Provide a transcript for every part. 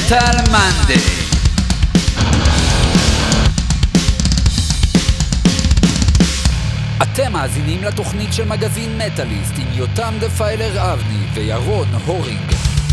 מטל מנדי. אתם מאזינים לתוכנית של מגזין מטאליסט עם יותם דפיילר אבני וירון הורינג.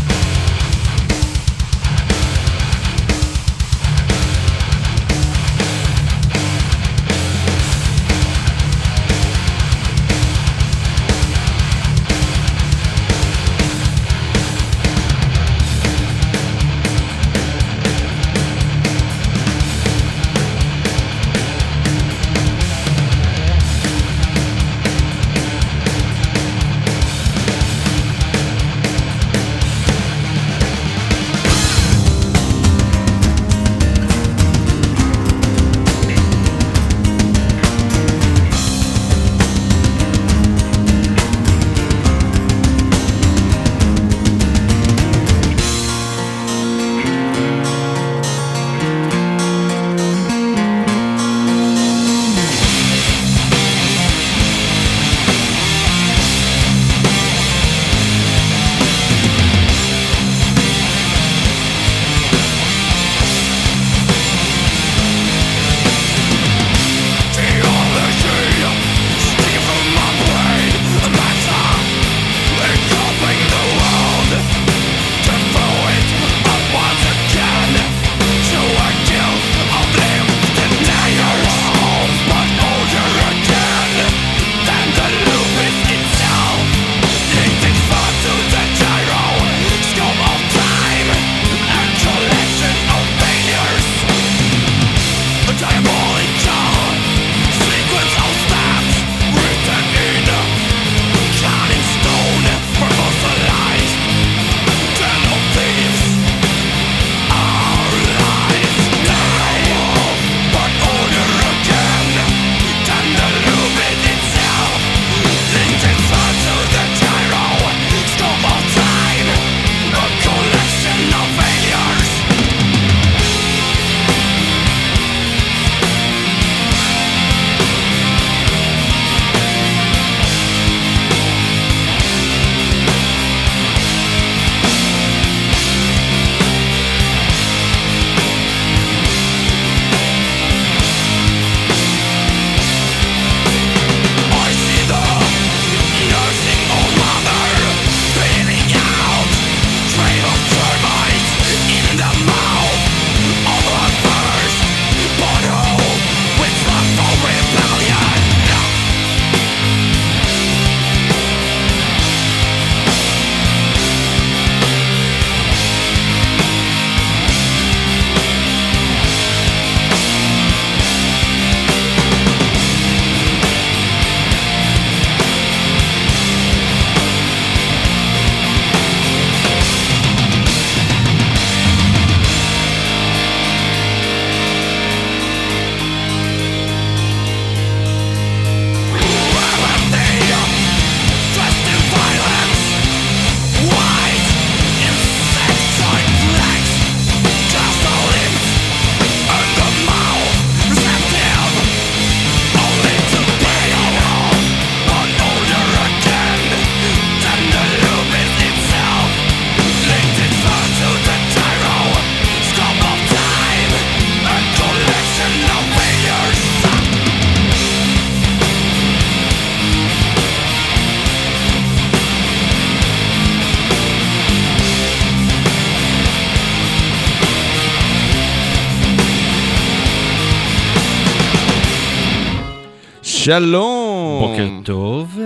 שלום. בוקר טוב.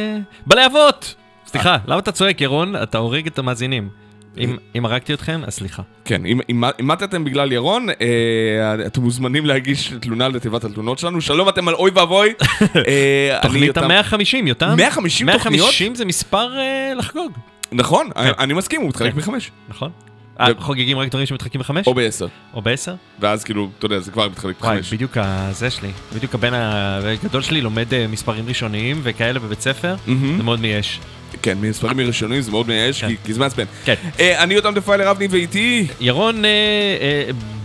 בלהבות! סליחה, למה אתה צועק, ירון? אתה הורג את המאזינים. אם הרגתי אתכם, אז סליחה. כן, אם מתתם בגלל ירון, אתם מוזמנים להגיש תלונה לתיבת התלונות שלנו. שלום, אתם על אוי ואבוי. תוכנית ה-150, יותם. 150 תוכניות? 150 זה מספר לחגוג. נכון, אני מסכים, הוא מתחלק ב5. נכון. חוגגים רק דברים שמתחלקים ב5? או ב10. או ב10? ואז כאילו, אתה יודע, זה כבר מתחלק ב5. וואי, בדיוק זה שלי. בדיוק הבן הגדול שלי לומד מספרים ראשוניים וכאלה בבית ספר. זה מאוד מייאש. כן, מספרים ראשונים זה מאוד מייאש, כי זה מעצבן. כן. אני יותם דפיילר אבני ואיתי. ירון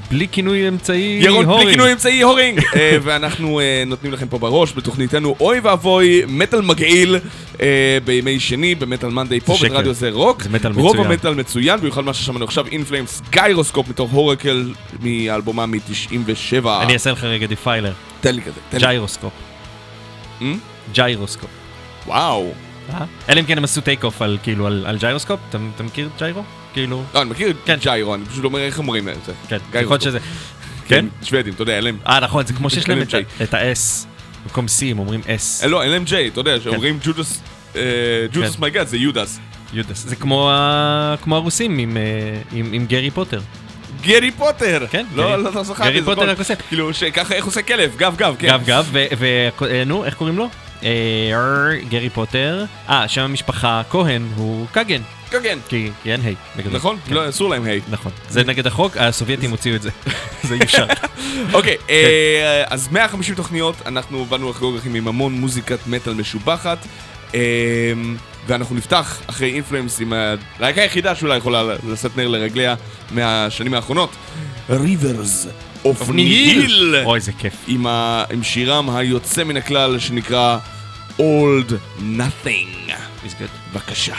בלי כינוי אמצעי ירון הורינג. בלי כינוי אמצעי הורינג. ואנחנו נותנים לכם פה בראש בתוכניתנו אוי ואבוי מטל מגעיל בימי שני במטל מנדי פה שקר. ברדיו זה רוק. זה מטל רוב מצוין. המטל מצוין, במיוחד מה ששמענו עכשיו אינפלאמס גיירוסקופ מתוך הורקל מאלבומה מ-97. אני אעשה לך רגע דיפיילר. תן לי כזה, תן לי. ג'יירוסקופ. ג'יירוסקופ. וואו. אלא אם כן הם עשו טייק אוף על כאילו על ג'יירוסקופ. אתה מכיר ג'יירו? כאילו... לא, אני מכיר כן. את ג'יירו, אני פשוט אומר איך אומרים את זה. כן, גיירוסקופ. יכול להיות שזה... כן? שוודים, אתה יודע, אין להם... נכון, זה כמו שיש להם אין להם את ה-S. במקום C הם אומרים S. לא, אין להם ג'יי, אתה יודע, שאומרים ג'ודס כן. מי גאד, זה יודס. יודס. זה כמו הרוסים עם גרי פוטר. גרי פוטר! כן, לא זכרתי. גרי זה פוטר נכון. רק עושה. כאילו, ככה איך עושה כלב, גב גב, כן. גב גב, נו, איך קוראים לו? גרי פוטר. שם המשפחה כהן הוא קגן. כן. כי אין היי. בגדול. נכון? כן. לא, אסור להם היי. נכון. זה נגד החוק, הסובייטים הוציאו את זה. זה אי אפשר. אוקיי, אז 150 תוכניות, אנחנו באנו לחגוג לכם עם המון מוזיקת מטל משובחת, ואנחנו נפתח אחרי אינפלואנס עם הלהקה היחידה שאולי יכולה לשאת נר לרגליה מהשנים האחרונות, Rivers of Nihil, אוי, זה כיף. עם שירם היוצא מן הכלל שנקרא Old Nothing. It's good. בבקשה.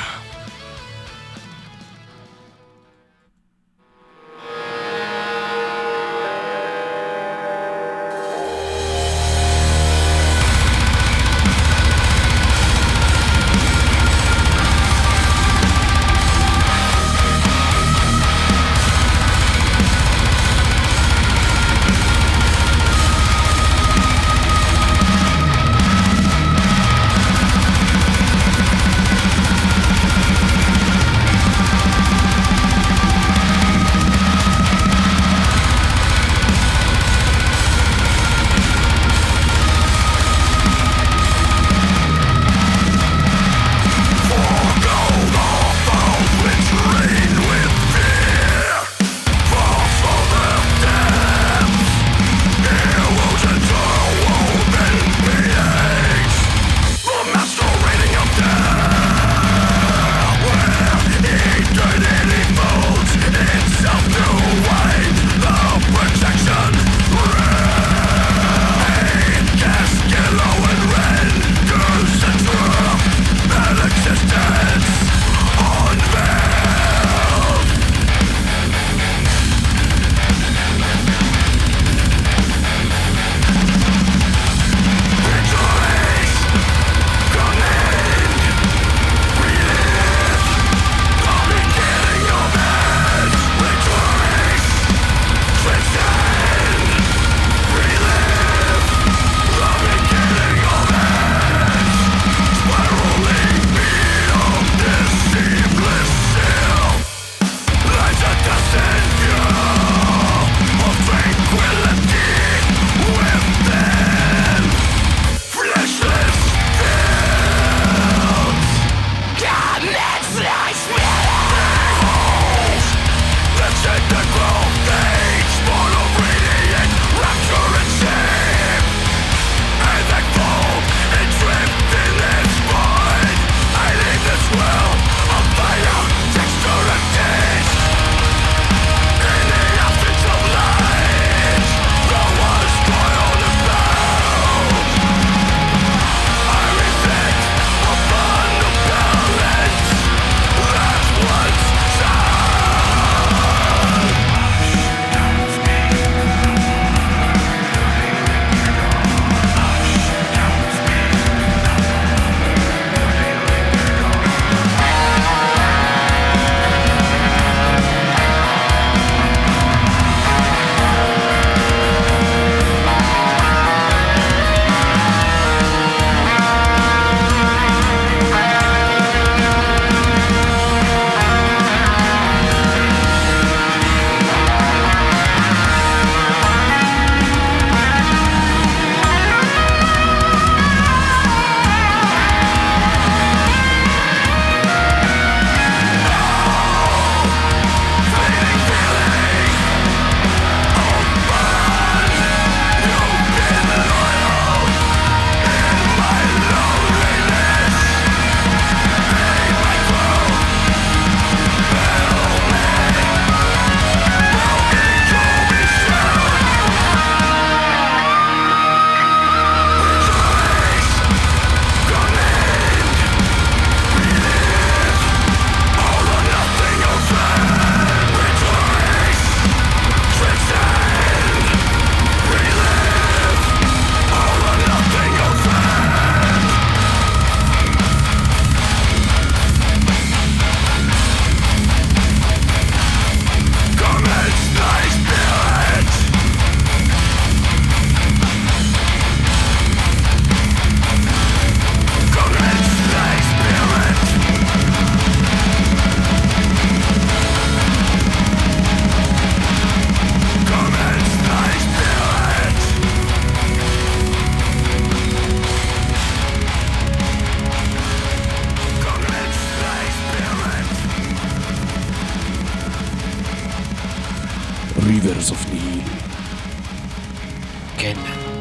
Rivers of Nihil. כן.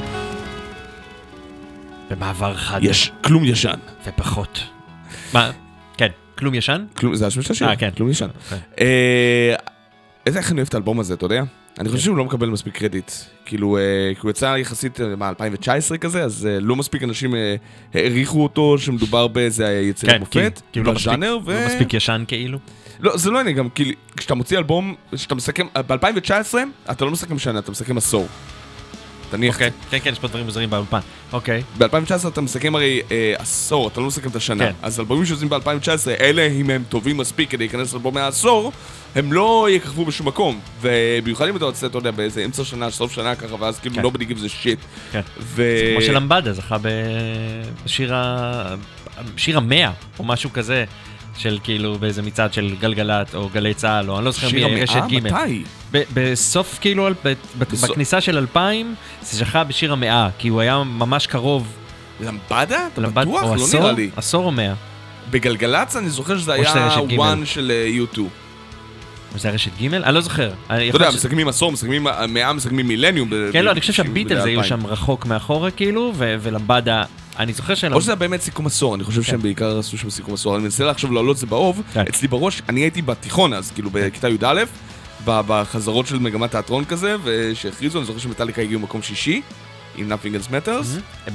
במעבר חד. יש כלום ישן. ופחות. מה? כן, כלום ישן? זה השם של השיר? כן. כלום ישן. איך אני אוהב את האלבום הזה, אתה יודע? אני חושב שהוא לא מקבל מספיק קרדיט. כאילו, הוא יצא יחסית מ-2019 כזה, אז לא מספיק אנשים העריכו אותו, שמדובר באיזה יצירת מופת, בז'אנר, לא מספיק ישן כאילו. לא, זה לא עניין, גם כאילו, כשאתה מוציא אלבום, כשאתה מסכם, ב-2019, אתה לא מסכם שנה, אתה מסכם עשור. תניח. כן, יש פה דברים מוזרים באולפן. אוקיי. ב-2019 אתה מסכם הרי עשור, אתה לא מסכם את השנה. אז אלבומים שעושים ב-2019, אלה, אם הם טובים מספיק כדי להיכנס לאלבום מהעשור, הם לא יככבו בשום מקום. ובמיוחד אם אתה רוצה, אתה יודע, באיזה אמצע שנה, סוף שנה ככה, ואז כאילו לא בדיוק זה שיט. כן. זה כמו שלמבדה, זכה בשיר ה-100, או משהו כזה. של כאילו באיזה מצעד של גלגלת או גלי צהל, או אני לא זוכר מי, רשת ג'. מתי? בסוף כאילו, בכניסה של 2000, זה זכה בשיר ה-100, כי הוא היה ממש קרוב. למבדה? אתה בטוח? לא נראה לי. עשור או 100. בגלגלץ אני זוכר שזה היה one של U2. זה רשת ג'? אני לא זוכר. אתה יודע, מסכמים עשור, מסכמים 100, מסכמים מילניום. כן, לא, אני חושב שהביטלס היו שם רחוק מאחורה כאילו, ולמבדה... אני זוכר או שזה באמת סיכום עשור, אני חושב שהם בעיקר עשו שם סיכום עשור, אני מנסה לחשוב לעלות את זה באוב, אצלי בראש, אני הייתי בתיכון אז, כאילו בכיתה י"א, בחזרות של מגמת תיאטרון כזה, ושהכריזו, אני זוכר שמטאליקה הגיעו מקום שישי, עם Nothing Else Matters.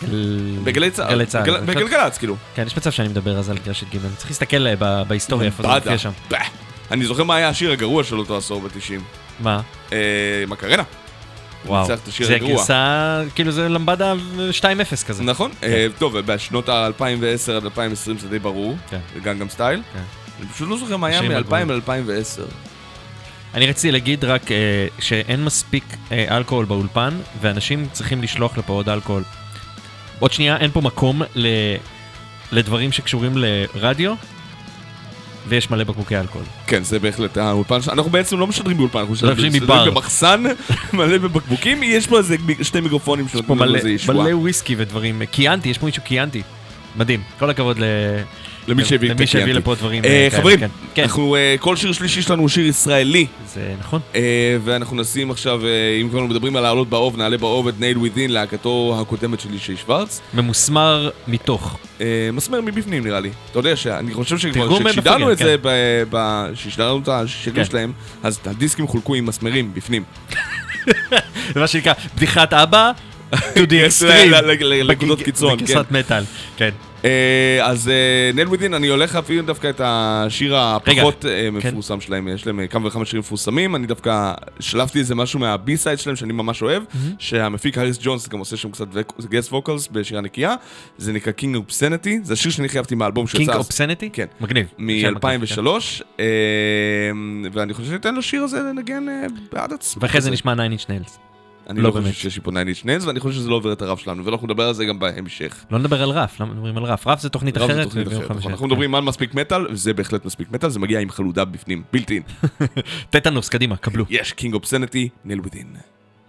בגלגלץ, כאילו. כן, יש מצב שאני מדבר אז על רשת ג' צריך להסתכל בהיסטוריה איפה זה מופיע שם. אני זוכר מה היה השיר הגרוע של אותו עשור ב-90. מה? מקרנה. וואו, זה גרסה, כאילו זה למבדה 2-0 כזה. נכון, טוב, בשנות ה-2010 עד 2020 זה די ברור, גנגנאם סטייל. אני פשוט לא זוכר מה היה מ-2000 ל-2010. אני רציתי להגיד רק שאין מספיק אלכוהול באולפן, ואנשים צריכים לשלוח לפה עוד אלכוהול. עוד שנייה, אין פה מקום לדברים שקשורים לרדיו, ויש מלא בקבוקי אלכוהול. כן, זה בהחלט האולפן. אנחנו בעצם לא משדרים באולפן, אנחנו משדרים במחסן, מלא בבקבוקים. יש פה איזה שתי מיקרופונים שנותנים לנו איזה ישועה. מלא וויסקי ודברים. קיאנטי, יש פה מישהו קיאנטי. מדהים. כל הכבוד למי שהביא לפה דברים. חברים, אנחנו, כל שיר שלישי שלנו הוא שיר ישראלי. זה נכון. ואנחנו נשים עכשיו, אם כבר מדברים על העלות באוב, נעלה באוב את Nail Within, להקתו הקודמת של ישי שוורץ. ממוסמר מתוך. מסמר מבפנים נראה לי. אתה יודע שאני חושב ששידרנו את זה, ששידרנו את השירים שלהם, אז הדיסקים חולקו עם מסמרים בפנים. זה מה שנקרא, בדיחת אבא, to the extreme. לנקודות קיצון, כן. בגרסת מטל, כן. אז Nail Within, אני הולך להפעיל דווקא את השיר הפחות מפורסם שלהם, יש להם כמה וכמה שירים מפורסמים, אני דווקא שלפתי איזה משהו מהבי-סייד שלהם שאני ממש אוהב, שהמפיק האריס ג'ונס גם עושה שם קצת גסט ווקלס בשירה נקייה, זה נקרא King Obscenity, זה שיר שאני חייבתי מהאלבום שיצא. King Obscenity? כן. מגניב. מ-2003, ואני חושב שניתן לשיר הזה לנגן בעד עצמו. ואחרי זה נשמע Nine Inch Nails. אני לא חושב שיש לי פה Nine Inch Nails, ואני חושב שזה לא עובר את הרף שלנו, ואנחנו נדבר על זה גם בהמשך. לא נדבר על רף, למה מדברים על רף? רף זה תוכנית אחרת. אנחנו מדברים על מספיק מטל, וזה בהחלט מספיק מטל, זה מגיע עם חלודה בפנים, בילט-אין. טטנוס, קדימה, קבלו. יש, King Obscenity, Nail Within.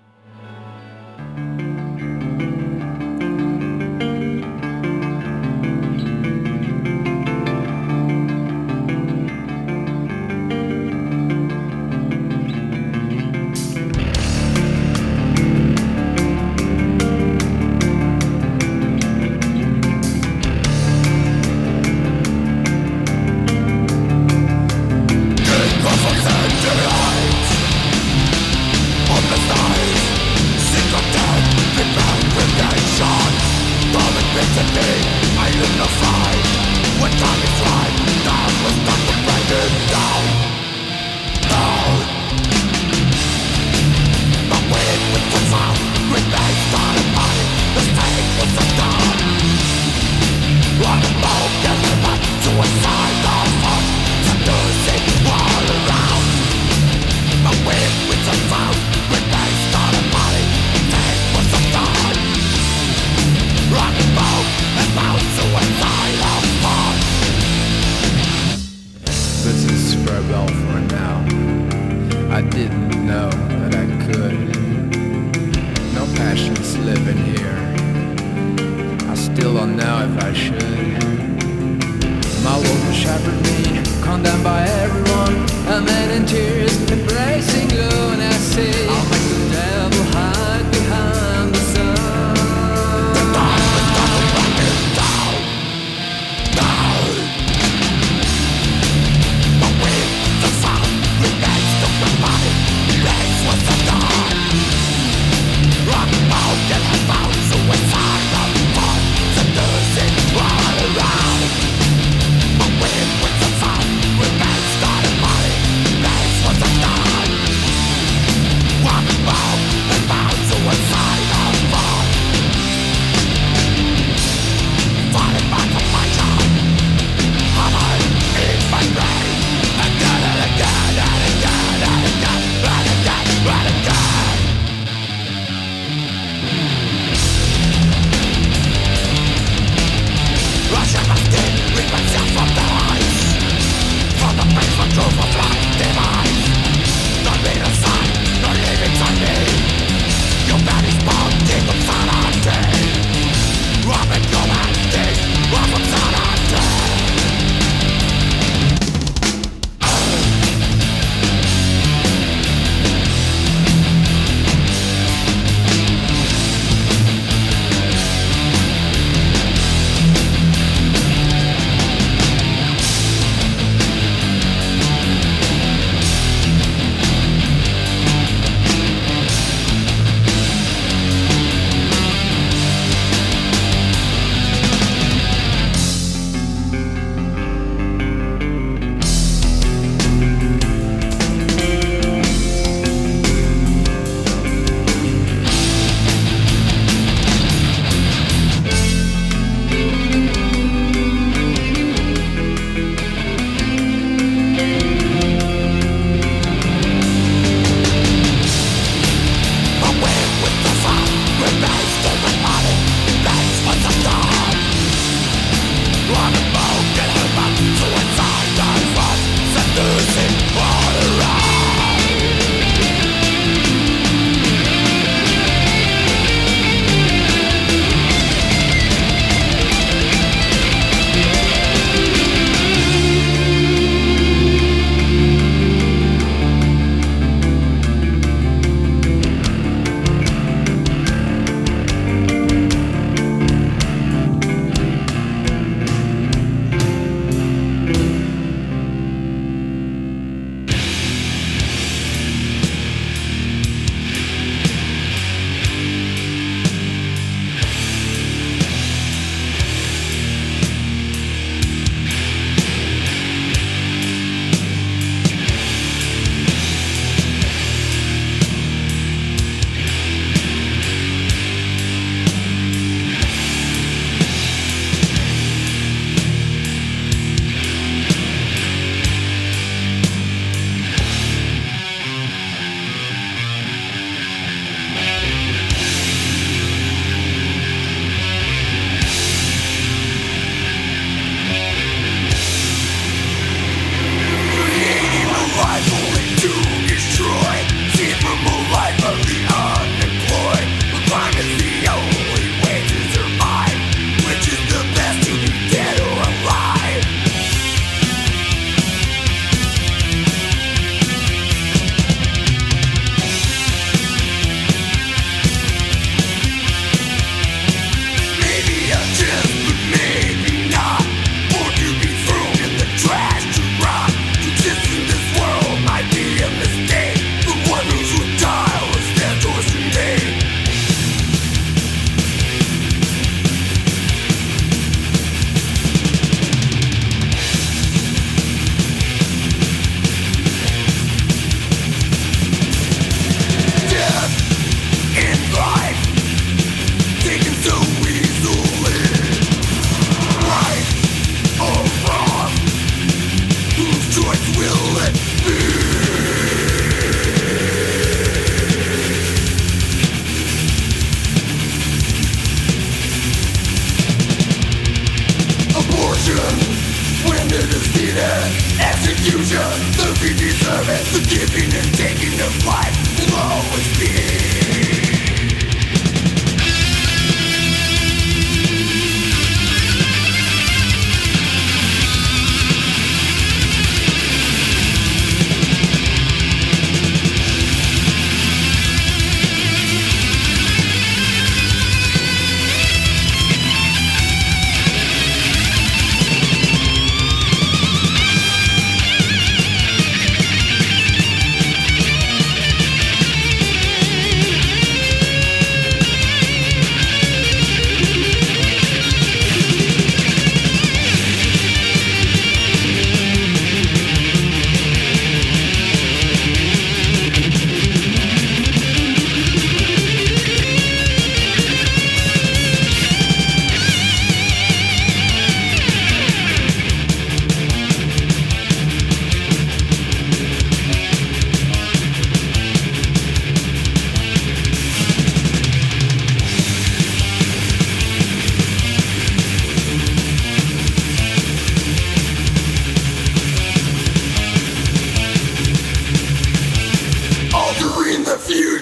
I didn't know that I could. No passions living here. I still don't know if I should. My world was shattered me, condemned by everyone. A man in tears, embracing you and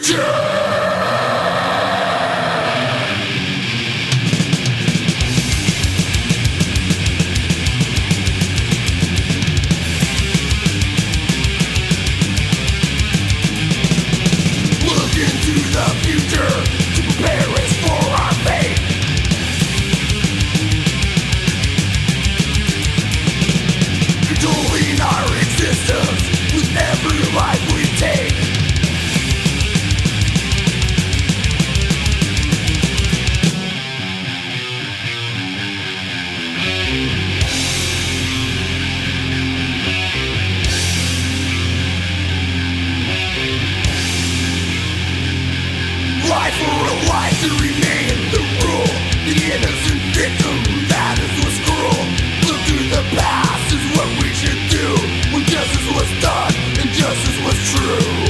Look into the future to prepare us for our fate. Controlling our existence with every life we take. Life for a life to remain the rule. The innocent victim, that is what's cruel. Look to the past is what we should do. When justice was done and justice was true.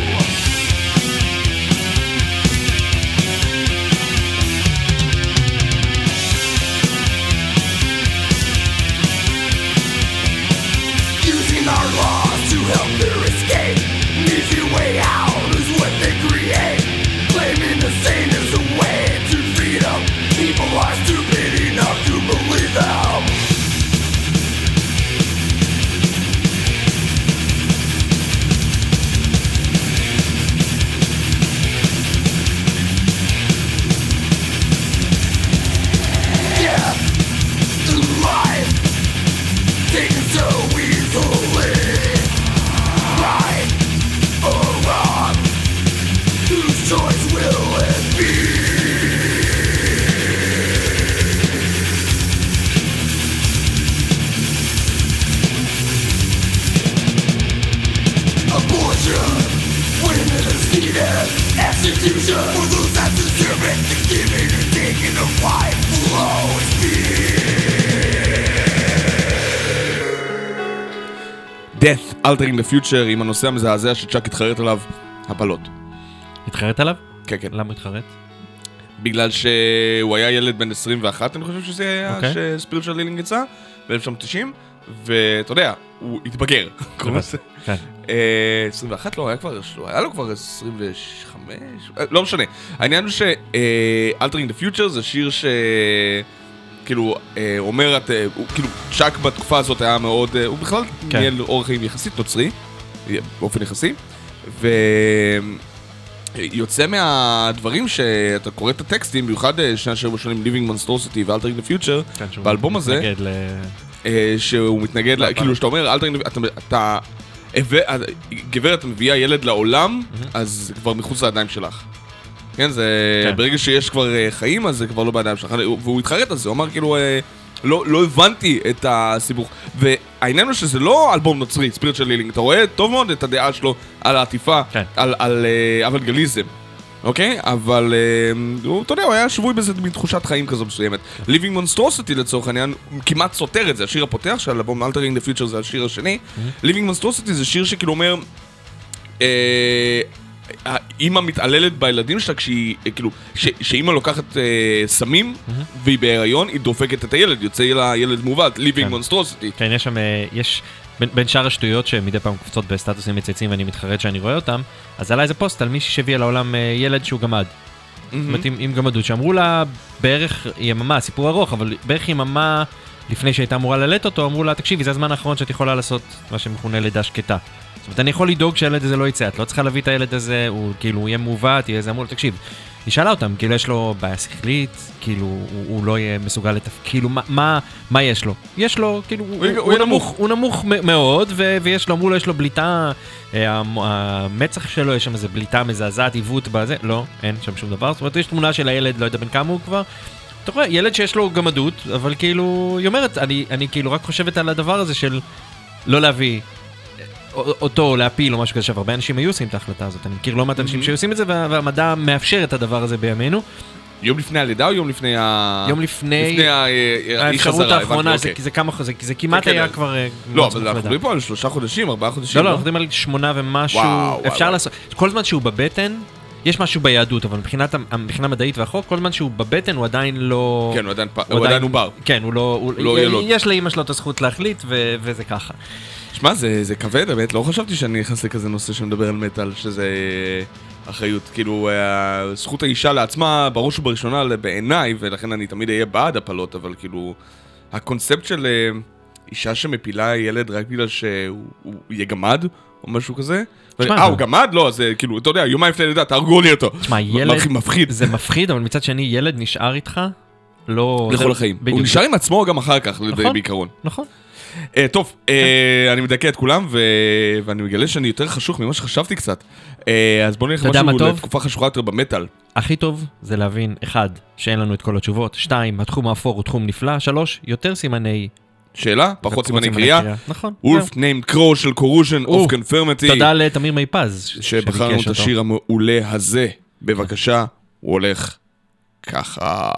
Using our laws to help their escape. An easy way out is what they create. Claiming the same is the way to freedom. People are stupid enough to believe them. Death and life taken so easily. Right or wrong, whose choice will it be? Abortion, when it is needed. Execution for those that deserve it. The giving and taking of life will always be. Death, Altering the Future, עם הנושא המזעזע שצ'אק התחרט עליו, הפלות. התחרט עליו? כן, כן. למה התחרט? בגלל שהוא היה ילד בן 21, אני חושב שזה היה, אוקיי. שספיריטואל לילינג יצא, ב-1990, ואתה יודע, הוא התבגר. כן. 21 לא, היה לו כבר 25, לא משנה. העניין הוא ש-Altering the Future זה שיר ש... כאילו, אומר, כאילו, צ'אק בתקופה הזאת היה מאוד, הוא בכלל ניהל אורח חיים יחסית נוצרי, באופן יחסי, ויוצא מהדברים שאתה קורא את הטקסטים, במיוחד שני השיר בשונים, Living Monstrosity ו-Altering the Future, באלבום הזה, שהוא מתנגד, כאילו, שאתה אומר, אתה, גברת, אתה מביאה ילד לעולם, אז זה כבר מחוץ לידיים שלך. כן, זה... ברגע שיש כבר חיים, אז זה כבר לא בידיים שלך. והוא התחרט על זה, הוא אמר כאילו, לא הבנתי את הסיבוך. והעניין הוא שזה לא אלבום נוצרי, ספיריטואל לילינג. אתה רואה טוב מאוד את הדעה שלו על העטיפה, על אוונגליזם. אוקיי? אבל אתה יודע, הוא היה שבוי בזה מתחושת חיים כזו מסוימת. Living Monstrosity לצורך העניין, כמעט סותר את זה. השיר הפותח של אלבום Altering the Future זה השיר השני. Living Monstrosity זה שיר שכאילו אומר... האמא מתעללת בילדים שלה כאילו, שאמא לוקחת סמים והיא בהיריון, היא דופקת את הילד, יוצא לה ילד מובט, Living Monstrosity. כן, יש בין שאר השטויות שמדי פעם קופצות בסטטוסים מצייצים ואני מתחרט שאני רואה אותם, אז עלה איזה פוסט על מישהי שהביאה לעולם ילד שהוא גמד. זאת אומרת, עם גמדות, שאמרו לה בערך יממה, סיפור ארוך, אבל בערך יממה לפני שהייתה אמורה ללדת אותו, אמרו לה, תקשיבי, זה הזמן האחרון שאת יכולה לעשות מה שמכונה לידה שקטה. זאת אומרת, אני יכול לדאוג שהילד הזה לא יצא, את לא צריכה להביא את הילד הזה, הוא כאילו, הוא יהיה מעוות, יהיה זה אמור, תקשיב, היא שאלה אותם, כאילו יש לו בעיה שכלית, כאילו, הוא לא יהיה מסוגל כאילו, מה יש לו? יש לו, כאילו, הוא נמוך מאוד, ויש לו, אמרו לו, יש לו בליטה, המצח שלו, יש שם איזה בליטה מזעזעת, עיוות בזה, לא, אין שם שום דבר, זאת אומרת, יש תמונה של הילד, לא יודע בין כמה הוא כבר, אתה רואה, ילד שיש לו גמדות, אבל כאילו, היא אומרת, אני כאילו רק חושבת על הדבר הזה של לא להביא אותו להפיל או משהו כזה, שהרבה אנשים היו עושים את ההחלטה הזאת. אני מכיר לא מעט אנשים שעושים את זה, והמדע מאפשר את הדבר הזה בימינו. יום לפני הלידה או יום לפני יום לפני האפשרות האחרונה, זה כמעט היה כבר... לא, אבל אנחנו מדברים פה על 3 חודשים, 4 חודשים. לא, אנחנו מדברים על 8 ומשהו. אפשר לעשות... כל זמן שהוא בבטן, יש משהו ביהדות, אבל מבחינה מדעית והחוק, כל זמן שהוא בבטן הוא עדיין לא... כן, הוא עדיין עובר. כן, הוא לא... יש לאמא שלו את הזכות להחליט, וזה ככה. שמע, זה כבד, באמת, לא חשבתי שאני נכנס לכזה נושא שמדבר על מטל, שזה אחריות. כאילו, זכות האישה לעצמה, בראש ובראשונה בעיניי, ולכן אני תמיד אהיה בעד הפלות, אבל כאילו, הקונספט של אישה שמפילה ילד רק בגלל שהוא יהיה גמד, או משהו כזה. הוא גמד? לא, זה כאילו, אתה יודע, יומיים לפני לידה, תהרגו לי אותו. תשמע, ילד, זה מפחיד, אבל מצד שני, ילד נשאר איתך, לא... לכל החיים. הוא נשאר עם עצמו גם אחר כך, בעיקרון. נכון. טוב, אני מדכא את כולם, ואני מגלה שאני יותר חשוך ממה שחשבתי קצת. אז בוא נלך משהו לתקופה חשוכה יותר במטל. הכי טוב זה להבין, 1, שאין לנו את כל התשובות, 2, התחום האפור הוא תחום נפלא, 3, יותר סימני... שאלה, פחות סימני קריאה. נכון. Wolf named Crow של Corrosion of Conformity. תודה לתמיר מיפז. שבחרנו את השיר המעולה הזה. בבקשה, הוא הולך ככה.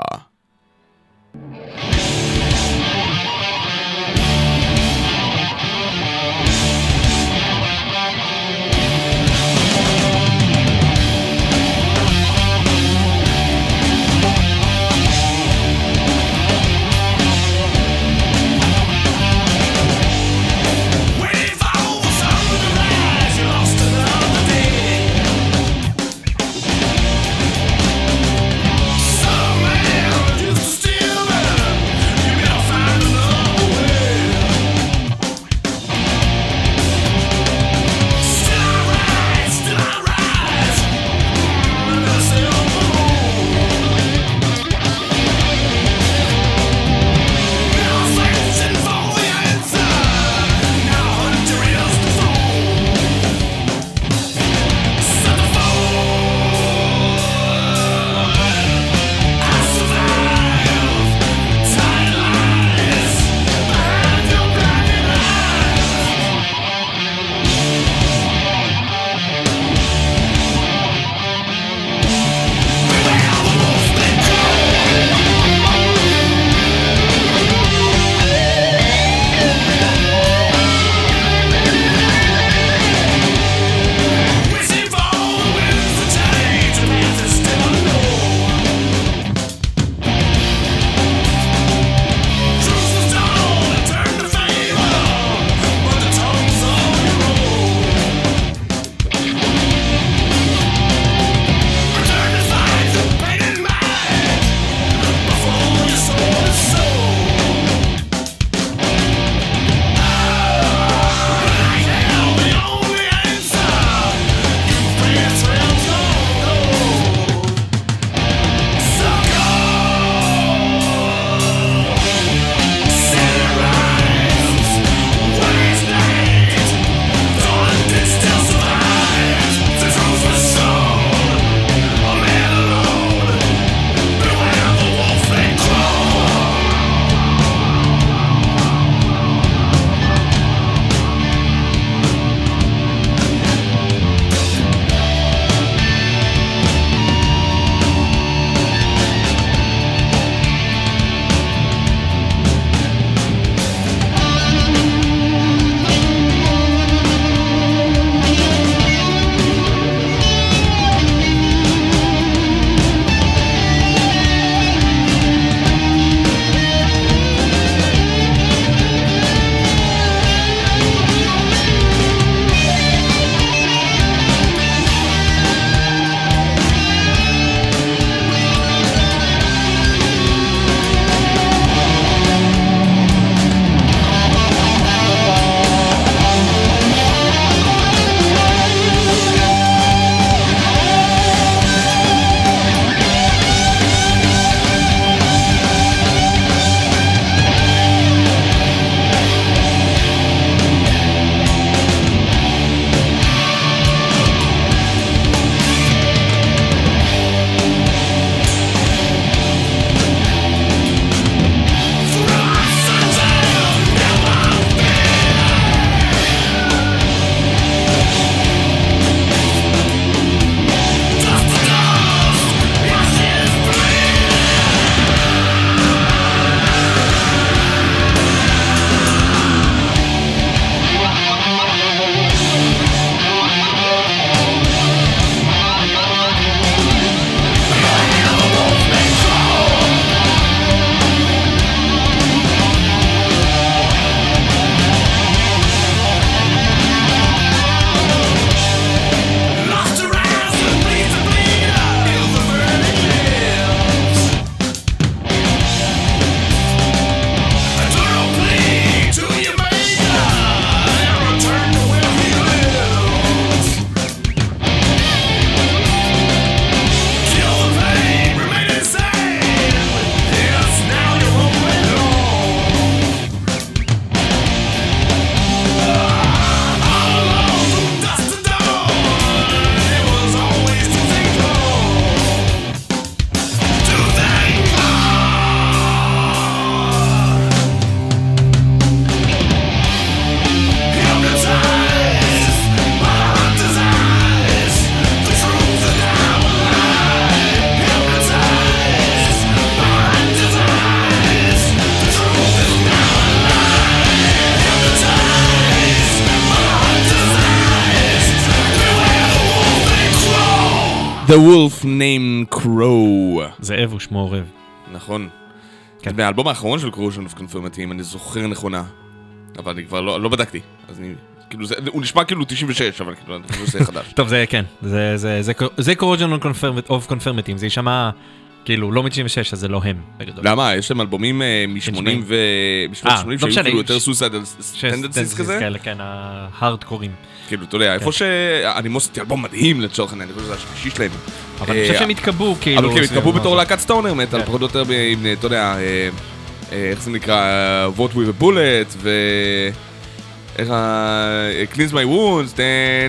The Wolf Named Crow. זאב הוא שמו עורב. נכון. כן. זה מהאלבום האחרון של Corrosion of Conformity, אם אני זוכר נכונה. אבל אני כבר לא בדקתי. אז אני... כאילו הוא נשמע כאילו 96, אבל כאילו אני עושה חדש. טוב, זה כן. זה Corrosion of Conformity. זה יישמע כאילו לא מ-96, אז זה לא הם בגדול. למה? יש להם אלבומים מ-80 משנות ה-80 שהיו כאילו יותר Suicidal Tendencies כזה? כן, ההארדקורים. כאילו, אתה יודע, איפה שהאנימוס זה אלבום מדהים לצורך העניין, אני חושב שזה השלישי שלהם. אבל אני חושב שהם התקבעו כאילו... אבל כן, התקבעו בתור להקת סטונר מטל, פחות או יותר עם, אתה יודע, איך זה נקרא, Vote with a Bullet, איך Cleanse My Wounds,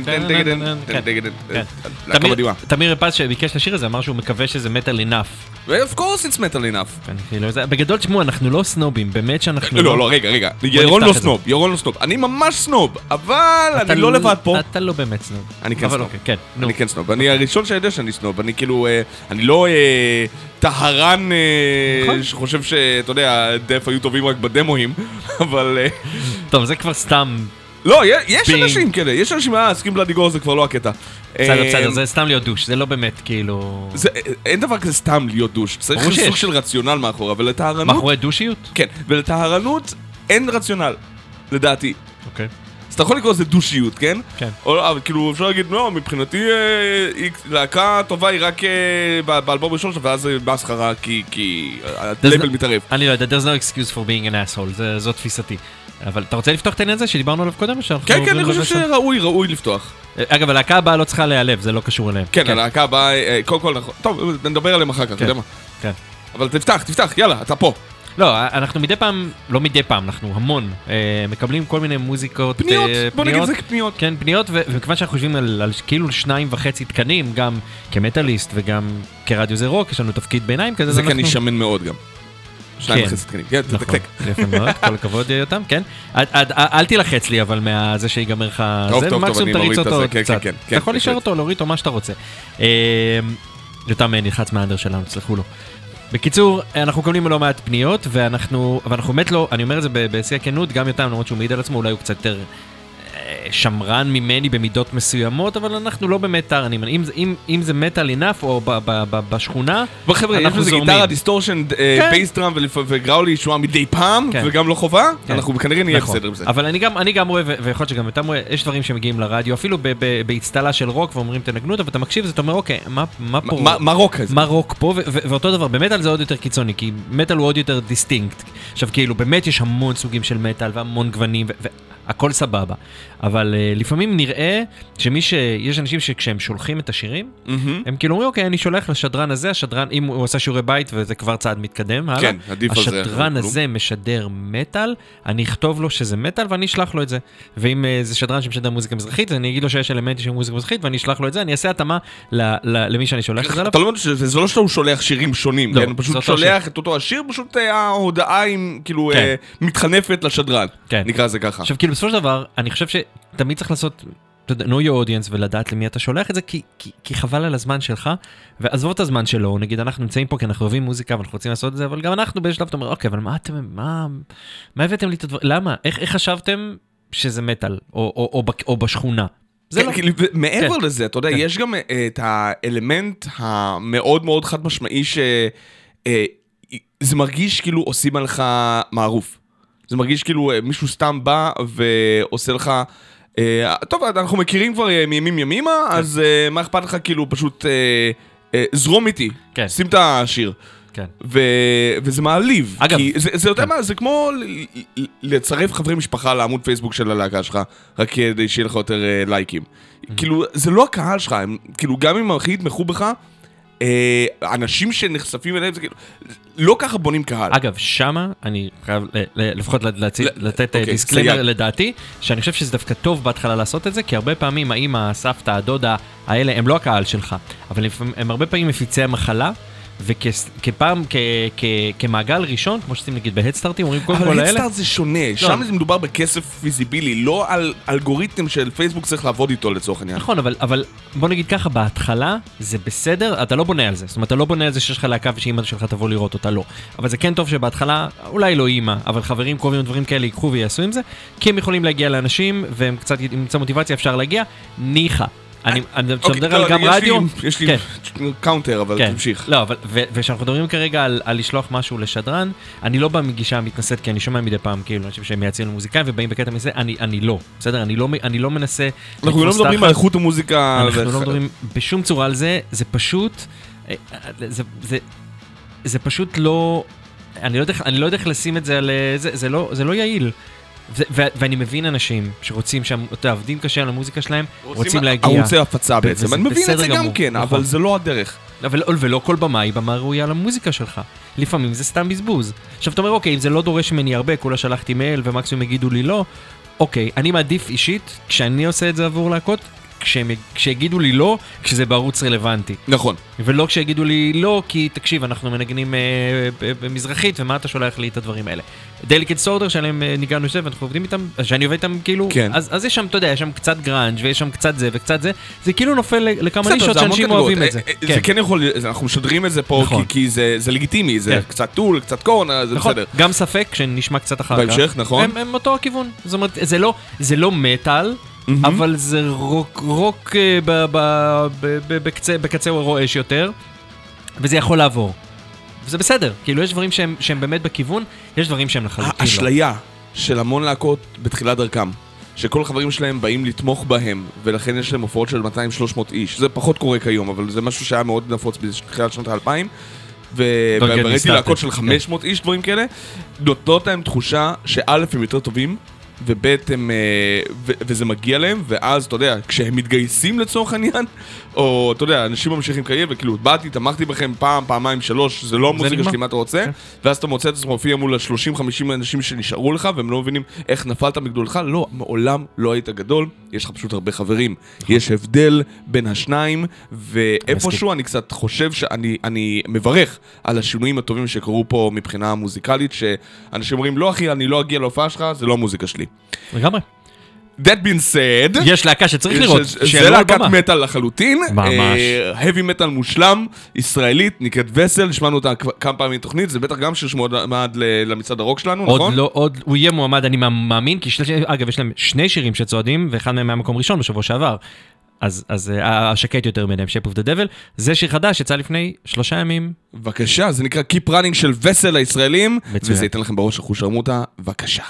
להקה מדהימה. תמיר פז שביקש לשיר הזה אמר שהוא מקווה שזה metal enough. Of course it's metal enough. בגדול תשמעו, אנחנו לא סנובים, באמת שאנחנו לא, רגע, ירון לא סנוב, אני ממש סנוב, אבל אני לא לבד פה. אתה לא באמת סנוב. אני כן סנוב, אני הראשון שיודע שאני סנוב, אני כאילו, אני לא טהרן שחושב שאתה יודע, דף היו טובים רק בדמואים, אבל... טוב, זה כבר סתם... לא, יש אנשים כאלה, יש אנשים, סקים בלאדי גור זה כבר לא הקטע. בסדר, זה סתם להיות דוש, זה לא באמת כאילו... אין דבר כזה סתם להיות דוש, צריך סוג של רציונל מאחורה, ולטהרנות... מאחורי דושיות? כן, ולטהרנות אין רציונל, לדעתי. אוקיי. אז אתה יכול לקרוא לזה דושיות, כן? כן. אבל כאילו אפשר להגיד, לא, מבחינתי להקה טובה היא רק באלבום ראשון, ואז זה מסחרה כי הלייבל מתערב. אני לא יודע, there's no excuse for being an asshole, זו תפיסתי. אבל אתה רוצה לפתוח את העניין הזה שדיברנו עליו קודם? כן, אני חושב שראוי לפתוח. אגב, הלהקה הבאה לא צריכה להיעלב, זה לא קשור אליהם. כן, הלהקה הבאה, קודם כל נכון. טוב, נדבר עליהם אחר כך, אתה יודע מה? כן. אבל תפתח, יאללה, אתה פה. לא, אנחנו לא מדי פעם, אנחנו המון מקבלים כל מיני מוזיקות. פניות, בוא נגיד זה פניות. כן, פניות, וכיוון שאנחנו חושבים על כאילו 2.5 תקנים, גם כמטליסט וגם כרדיו זה רוק, יש לנו תפקיד ביניים כזה. זה כי אני שמן מאוד גם. 2.5 תקנים, כן, תתקתק. יפה מאוד, כל הכבוד יותם, כן. אל תלחץ לי, אבל מהזה שיגמר לך, זה מקסימום תריץ אותו קצת. אתה יכול להישאר אותו, להוריד אותו, מה שאתה רוצה. יותם נלחץ מהאנדר שלנו, תסלחו לו. בקיצור, אנחנו קובלים לא מעט פניות, ואנחנו באמת לא, אני אומר את זה בשיא הכנות, גם יותם, למרות שהוא מעיד על עצמו, אולי הוא קצת יותר שמרן ממני במידות מסוימות, אבל אנחנו לא באמת טרנים. אם זה מטל אינף או בשכונה, חבר'ה, יש לזה גיטרה, דיסטורשן, בייס דראם וגראולי ישועה מדי פעם, וגם לא חובה, אנחנו כנראה נהיה בסדר עם זה. אבל אני גם רואה, ויכול להיות שגם אתה רואה, יש דברים שמגיעים לרדיו, אפילו בהצטלה של רוק, ואומרים תנגנו אותה, ואתה מקשיב, אז אתה אומר, אוקיי, מה פה? מה רוק הזה? מה רוק פה? ואותו דבר, במטל זה עוד יותר קיצוני, כי מטל הוא עוד יותר דיסטינקט. עכשיו, כאילו, באמת יש המון סוגים של מטל, והמון גוונים, הכל סבבה. אבל לפעמים נראה יש אנשים שכשהם שולחים את השירים, הם כאילו אומרים, אוקיי, אני שולח לשדרן הזה, השדרן, אם הוא עושה שיעורי בית, וזה כבר צעד מתקדם, כן, עדיף על זה. השדרן הזה משדר מטל, אני אכתוב לו שזה מטל, ואני אשלח לו את זה. ואם זה שדרן שמשדר מוזיקה מזרחית, אני אגיד לו שיש אלמנטי של מוזיקה מזרחית, ואני אשלח לו את זה, אני אעשה התאמה למי שאני שולח את זה עליו. אתה לא אומר שזה לא שאתה שולח שירים שונים, הוא פשוט שולח את אותו השיר, פשוט ההודעה כאילו מתחנפת לשדרן, נקרא זה ככה. עכשיו, כאילו, בסופו של דבר, אני חושב שתמיד צריך לעשות, know your audience ולדעת למי אתה שולח את זה, כי חבל על הזמן שלך, ועזוב את הזמן שלו, נגיד, אנחנו נמצאים פה כי אנחנו אוהבים מוזיקה, ואנחנו רוצים לעשות את זה, אבל גם אנחנו בשלב, אתה אומר, אוקיי, אבל מה הבאתם לי את הדבר, למה? איך חשבתם שזה מטל, או בשכונה? מעבר לזה, אתה יודע, יש גם את האלמנט המאוד מאוד חד משמעי, שזה מרגיש כאילו עושים עליך מערוף. זה מרגיש כאילו מישהו סתם בא ועושה לך, טוב, אנחנו מכירים כבר מימים ימימה, אז מה אכפת לך כאילו פשוט זרום איתי, שים את השיר. וזה מעליב, כי זה יודע מה, זה כמו לצרף חברי משפחה לעמוד פייסבוק של הלהקה שלך, רק כדי שיהיה לך יותר לייקים. כאילו, זה לא הקהל שלך, כאילו גם אם הכי יתמכו בך, אנשים שנחשפים אליהם, זה כאילו, לא ככה בונים קהל. אגב, שמה, אני חייב לפחות לתת דיסקליימר לדעתי, שאני חושב שזה דווקא טוב בהתחלה לעשות את זה, כי הרבה פעמים האמא, הסבתא, הדודה, האלה, הם לא הקהל שלך, אבל הם הרבה פעמים מפיצי המחלה, וכפעם, כמעגל ראשון, כמו שעושים נגיד בהדסטארטים, אומרים כל האלה. אבל הדסטארט זה שונה, שם זה מדובר בכסף פיזיבילי, לא על אלגוריתם של פייסבוק צריך לעבוד איתו לצורך העניין. נכון, אבל בוא נגיד ככה, בהתחלה זה בסדר, אתה לא בונה על זה, זאת אומרת, אתה לא בונה על זה שיש לך להקה ושאמא שלך תבוא לראות אותה, לא. אבל זה כן טוב שבהתחלה, אולי לא אמא, אבל חברים קרובים ודברים כאלה ייקחו ויעשו עם זה, כי הם יכולים להגיע לאנשים, והם קצת ימצא מוטיבציה, אפשר להגיע, ניחה. אני מדבר על גם רדיו. יש לי קאונטר, אבל תמשיך. לא, ושאנחנו מדברים כרגע על לשלוח משהו לשדרן, אני לא בא מגישה מתנשאת, כי אני שומע מדי פעם, כאילו, אנשים שהם מייצאים למוזיקאים ובאים בקטע מזה, אני לא, בסדר? אני לא מנסה... אנחנו לא מדברים על איכות המוזיקה... אנחנו לא מדברים בשום צורה על זה, זה פשוט... זה פשוט לא... אני לא יודע איך לשים את זה על... זה לא יעיל. ואני מבין אנשים שרוצים, שעובדים קשה על המוזיקה שלהם, רוצים להגיע. ערוצי הפצה בעצם. אני מבין את זה גם כן, אבל זה לא הדרך. ולא כל במה היא במה ראויה למוזיקה שלך. לפעמים זה סתם בזבוז. עכשיו אתה אומר, אוקיי, אם זה לא דורש ממני הרבה, כולה שלחתי מייל ומקסימום יגידו לי לא, אוקיי, אני מעדיף אישית, כשאני עושה את זה עבור להקות, כשיגידו לי לא, כשזה בערוץ רלוונטי. נכון. ולא כשיגידו לי לא, כי תקשיב, אנחנו מנגנים במזרחית, ומה אתה שולח לי את הדברים האלה. דליקט סורדר שלהם ניגענו שזה, ואנחנו עובדים איתם, שאני עובד איתם כאילו, כן. אז יש שם, אתה יודע, יש שם קצת גראנג' ויש שם קצת זה וקצת זה, זה כאילו נופל לכמה נישות שאנשים אוהבים את זה. זה כן יכול, אנחנו משדרים את זה פה, כי זה לגיטימי, זה קצת טול, קצת קורן, זה בסדר. גם ספק, שנשמע קצה אחר כך. בהמשך, נכון. הם אותו הכיוון. זאת אומרת, זה לא מטל, אבל זה רוק בקצה רועש יותר, וזה יכול לעבור. וזה בסדר, כאילו יש דברים שהם באמת בכיוון, יש דברים שהם לחלוטין לא. האשליה של המון להקות בתחילת דרכם, שכל החברים שלהם באים לתמוך בהם, ולכן יש להם הופעות של 200-300 איש. זה פחות קורה כיום, אבל זה משהו שהיה מאוד נפוץ בתחילת שנות ה-2000, וראיתי להקות של 500 איש, דברים כאלה, נותנות להם תחושה שא' הם יותר טובים, וב' הם, וזה מגיע להם, ואז, אתה יודע, כשהם מתגייסים לצורך העניין, או, אתה יודע, אנשים ממשיכים קריירה, וכאילו, באתי, תמכתי בכם פעם, פעמיים, 3, זה לא המוזיקה שלי, מה אתה רוצה? ואז אתה מוצא את עצמך מופיע מול 30-50 אנשים שנשארו לך, והם לא מבינים איך נפלת מגדולך. לא, מעולם לא היית גדול, יש לך פשוט הרבה חברים. יש הבדל בין השניים, ואיפשהו אני קצת חושב שאני מברך על השינויים הטובים שקרו פה מבחינה מוזיקלית, שאנשים אומרים, לא אחי, אני לא אגיע להופעה שלך, זה לא המוזיקה שלי. לגמרי. That being said, יש להקה שצריך לראות, זה להקת מטל לחלוטין, ממש. heavy metal מושלם, ישראלית, נקראת וסל, שמענו אותה כמה פעמים תוכנית, זה בטח גם שיש מועמד למצעד הרוק שלנו, נכון? עוד הוא יהיה מועמד, אני מאמין, כי אגב, יש להם 2 שירים שצועדים, ואחד מהם היה מקום ראשון בשבוע שעבר, אז השקט יותר ביניהם, Shape of the Devil, זה שיר חדש, יצא לפני 3 ימים. בבקשה, זה נקרא Keep Running של וסל הישראלים, וזה ייתן לכם בראש אחוז שרמוטה, בבקשה.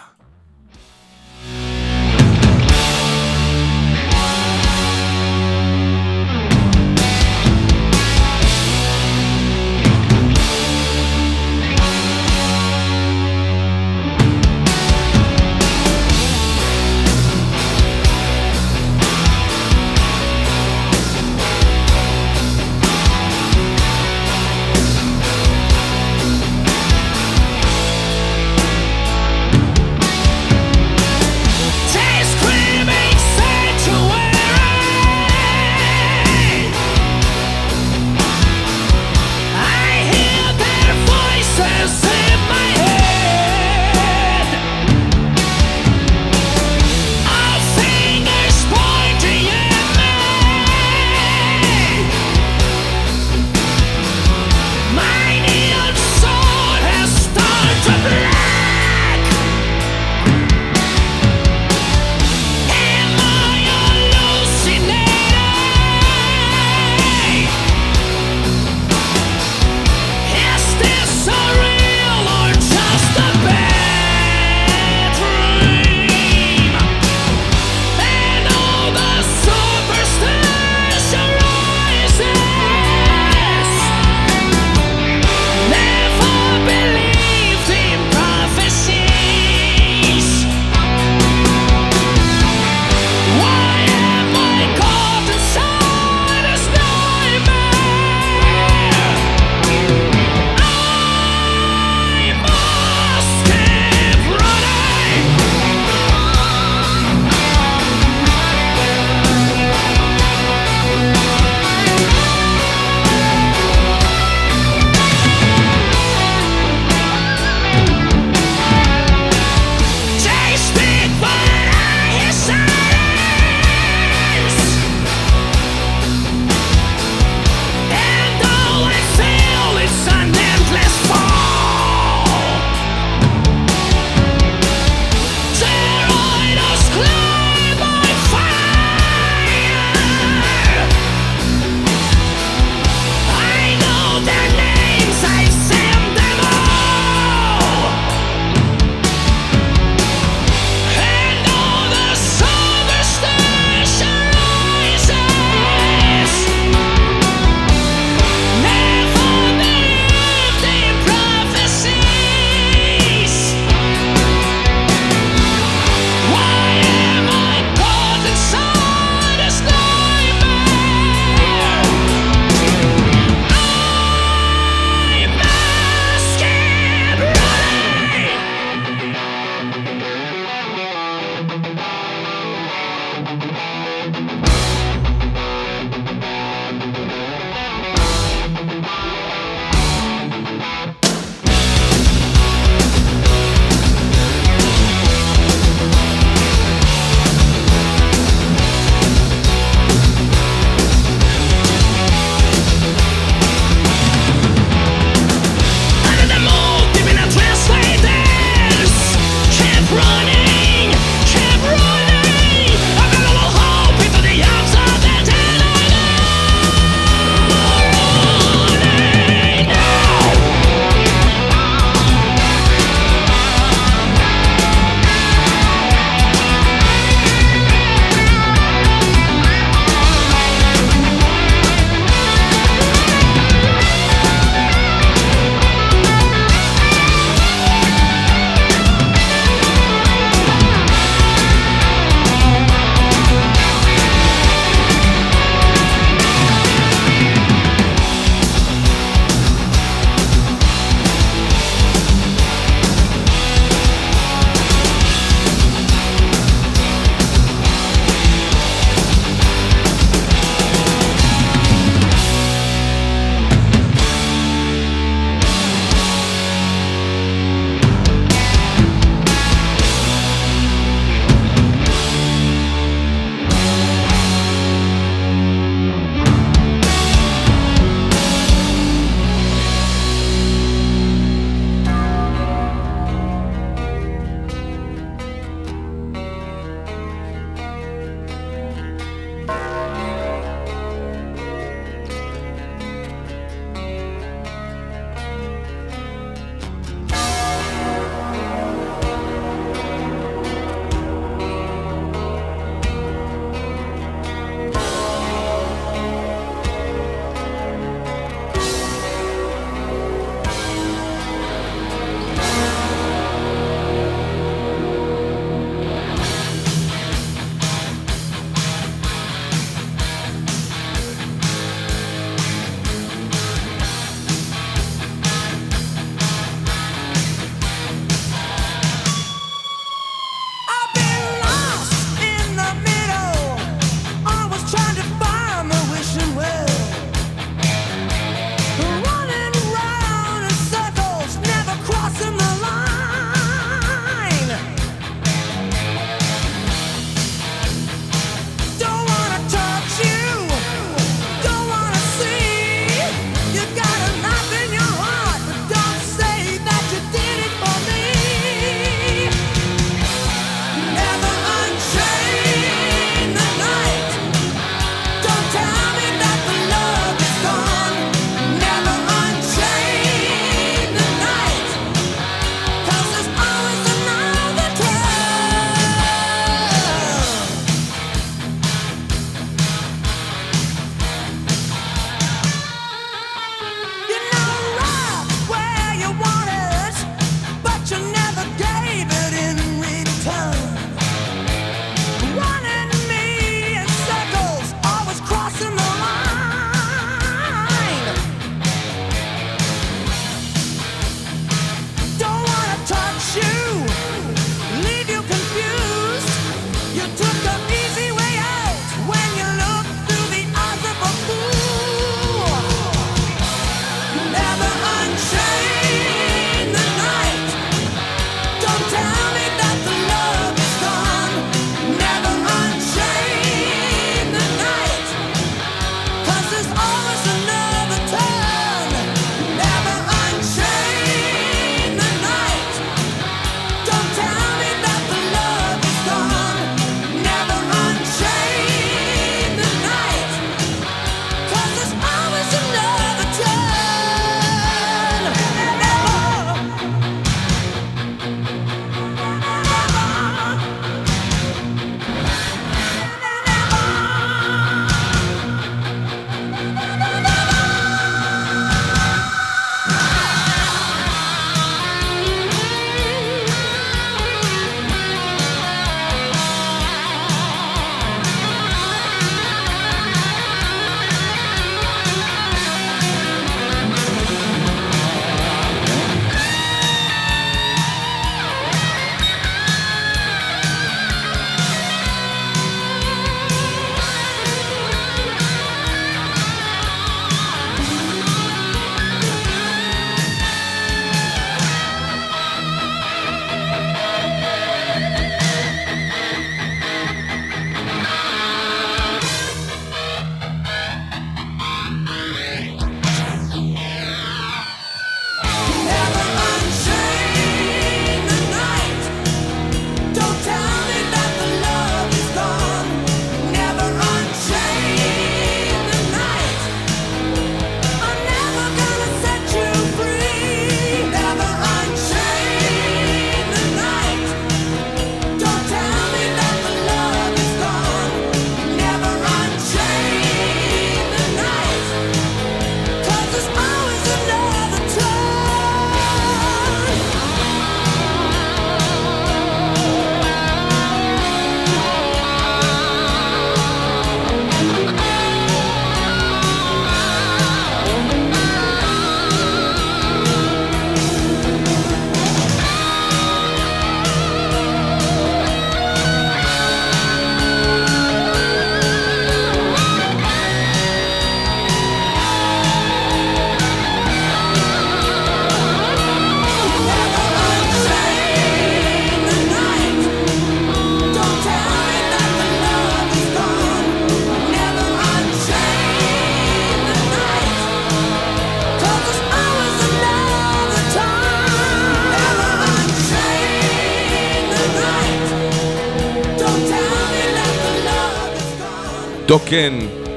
דוקן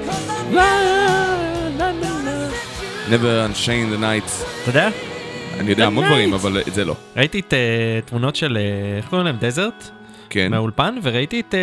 Never Unchain the Night. אתה יודע? אני יודע המון דברים, אבל את זה לא. ראיתי את תמונות של, איך קוראים להם? דזרט? כן. מהאולפן, וראיתי את...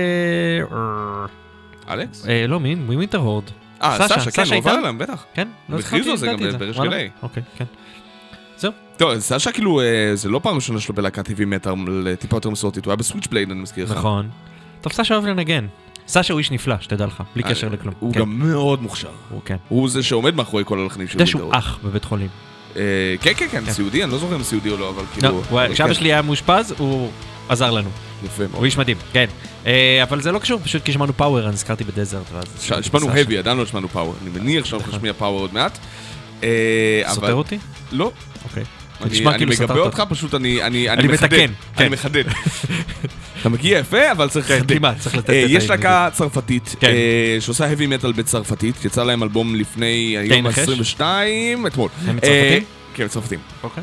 אלכס? לא, מווינטר הורד. סשה, כן, הוא עבר אליהם, בטח. כן? הם הכריזו על זה גם בריש גלי. אוקיי, כן. זהו. טוב, סשה כאילו, זה לא פעם ראשונה שלו בלהקת heavy metal, טיפה יותר מסורתית, הוא היה בסוויצ'בלייד, אני מזכיר לך. נכון. טוב, סשה אוהב לנגן. סשה הוא איש נפלא, שתדע לך, בלי קשר לכלום. הוא גם מאוד מוכשר. הוא זה שעומד מאחורי כל הלחנים של ווינטר. אתה יודע שהוא אח בבית חולים. כן, סיעודי, אני לא זוכר אם סיעודי או לא, אבל כאילו... כשאבא שלי היה מאושפז, הוא עזר לנו. יפה מאוד. הוא איש מדהים, כן. אבל זה לא קשור, פשוט כי שמענו פאוור, אני הזכרתי בדזרט. שמענו heavy, עדיין לא שמענו פאוור. אני מניח שאנחנו נשמיע פאוור עוד מעט. סותר אותי? לא. אוקיי. אני מגבה אותך, פשוט אני מחדד. אני מחדד. אתה מגיע יפה, אבל צריך לחדד. כמעט, צריך לתת את יש להקה צרפתית, שעושה heavy metal בצרפתית, יצא להם אלבום לפני היום ה-22, אתמול. הם צרפתים? כן, צרפתים. אוקיי.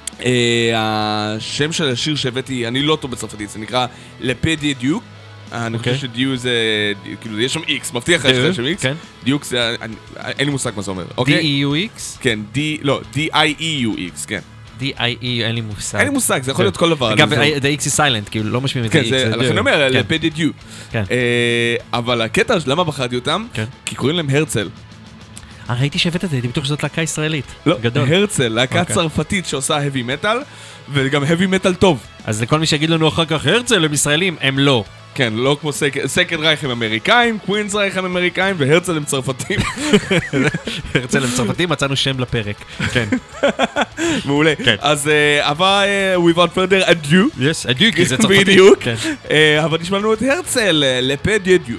השם של השיר שהבאתי, אני לא טוב בצרפתית, זה נקרא לפדי דיוק. אני חושב שדיוק זה, כאילו, יש שם איקס, מבטיח לך שיש שם איקס. דיוק זה, אין לי מושג מה זה אומר. D-E-U-X? כן, לא, D-I-E-U-X, כן. D-I-E, אין לי מושג. אין לי מושג, זה יכול להיות כל דבר. אגב, the X is silent, כאילו, לא משמיעים את כן, the X. זה, לכן אני אומר, לפדי דיוק. כן. אבל הקטע, למה בחרתי אותם? כי קוראים להם הרצל. ראיתי שהבאת את זה, הייתי בטוח שזאת להקה ישראלית. לא, הרצל, להקה צרפתית שעושה heavy metal, וגם heavy metal טוב. אז לכל מי שיגיד לנו אחר כך, הרצל הם ישראלים, הם לא. כן, לא כמו סקנד רייך הם אמריקאים, קווינס רייך הם אמריקאים, והרצל הם צרפתים. הרצל הם צרפתים, מצאנו שם לפרק. כן. מעולה. אז עבר without further adieu. Yes, adieu, כי זה צרפתי. בדיוק. אבל נשמע לנו את הרצל, לפדי דיו.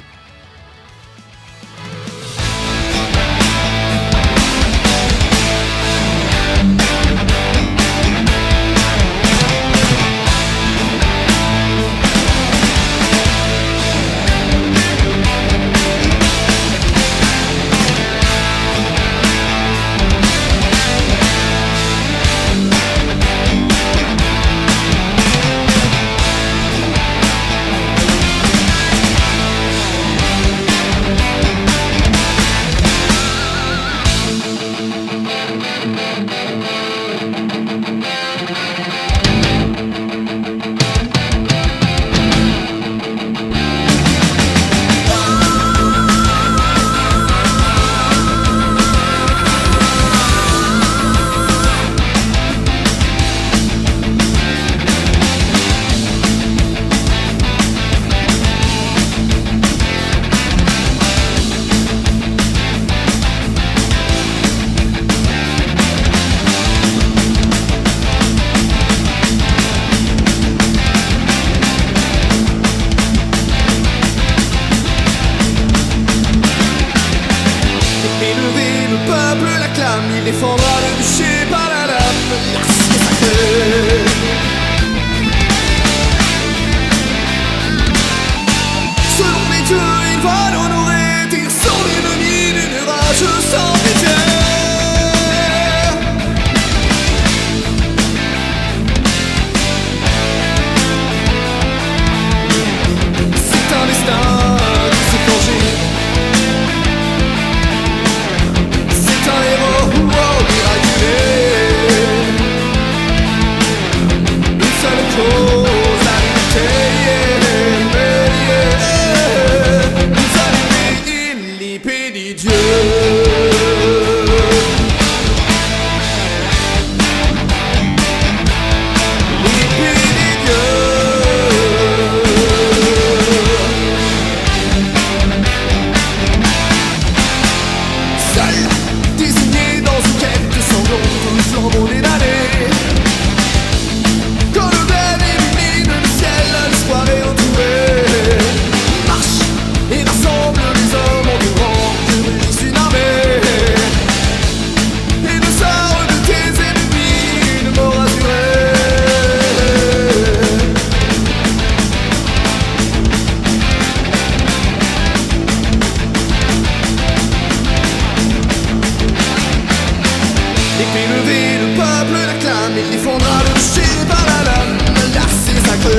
Et puis levé, le peuple l'acclame. Il défendra le rocher par la lame. Là c'est sacré.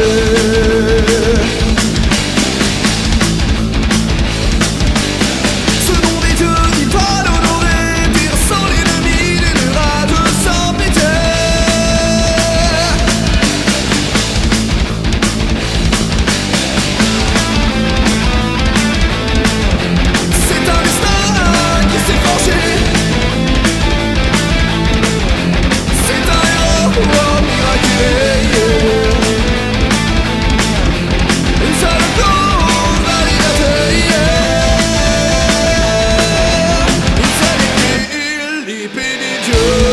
Ce nom des dieux qui va l'honorer, pierçant l'ennemi d'une rage sans pitié. C'est un destin qui s'est forgé. C'est un héros miraculé. Une seule cause, la liberté. Une seule épée, l'épée des dieux.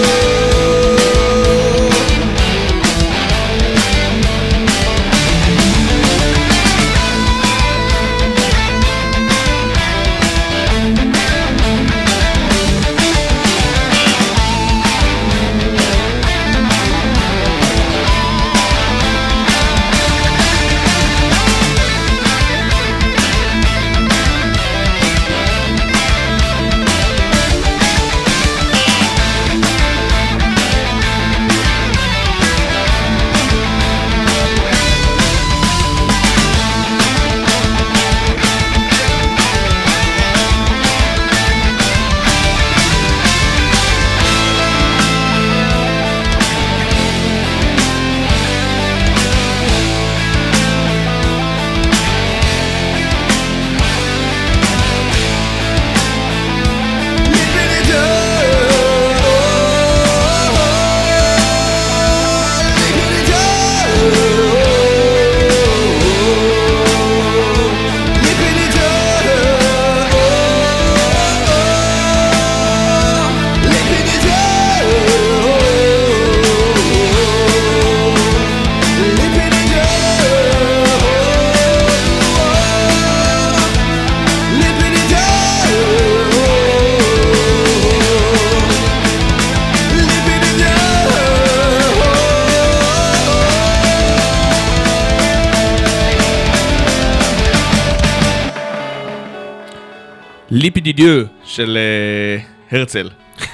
ליפי די דיו של הרצל.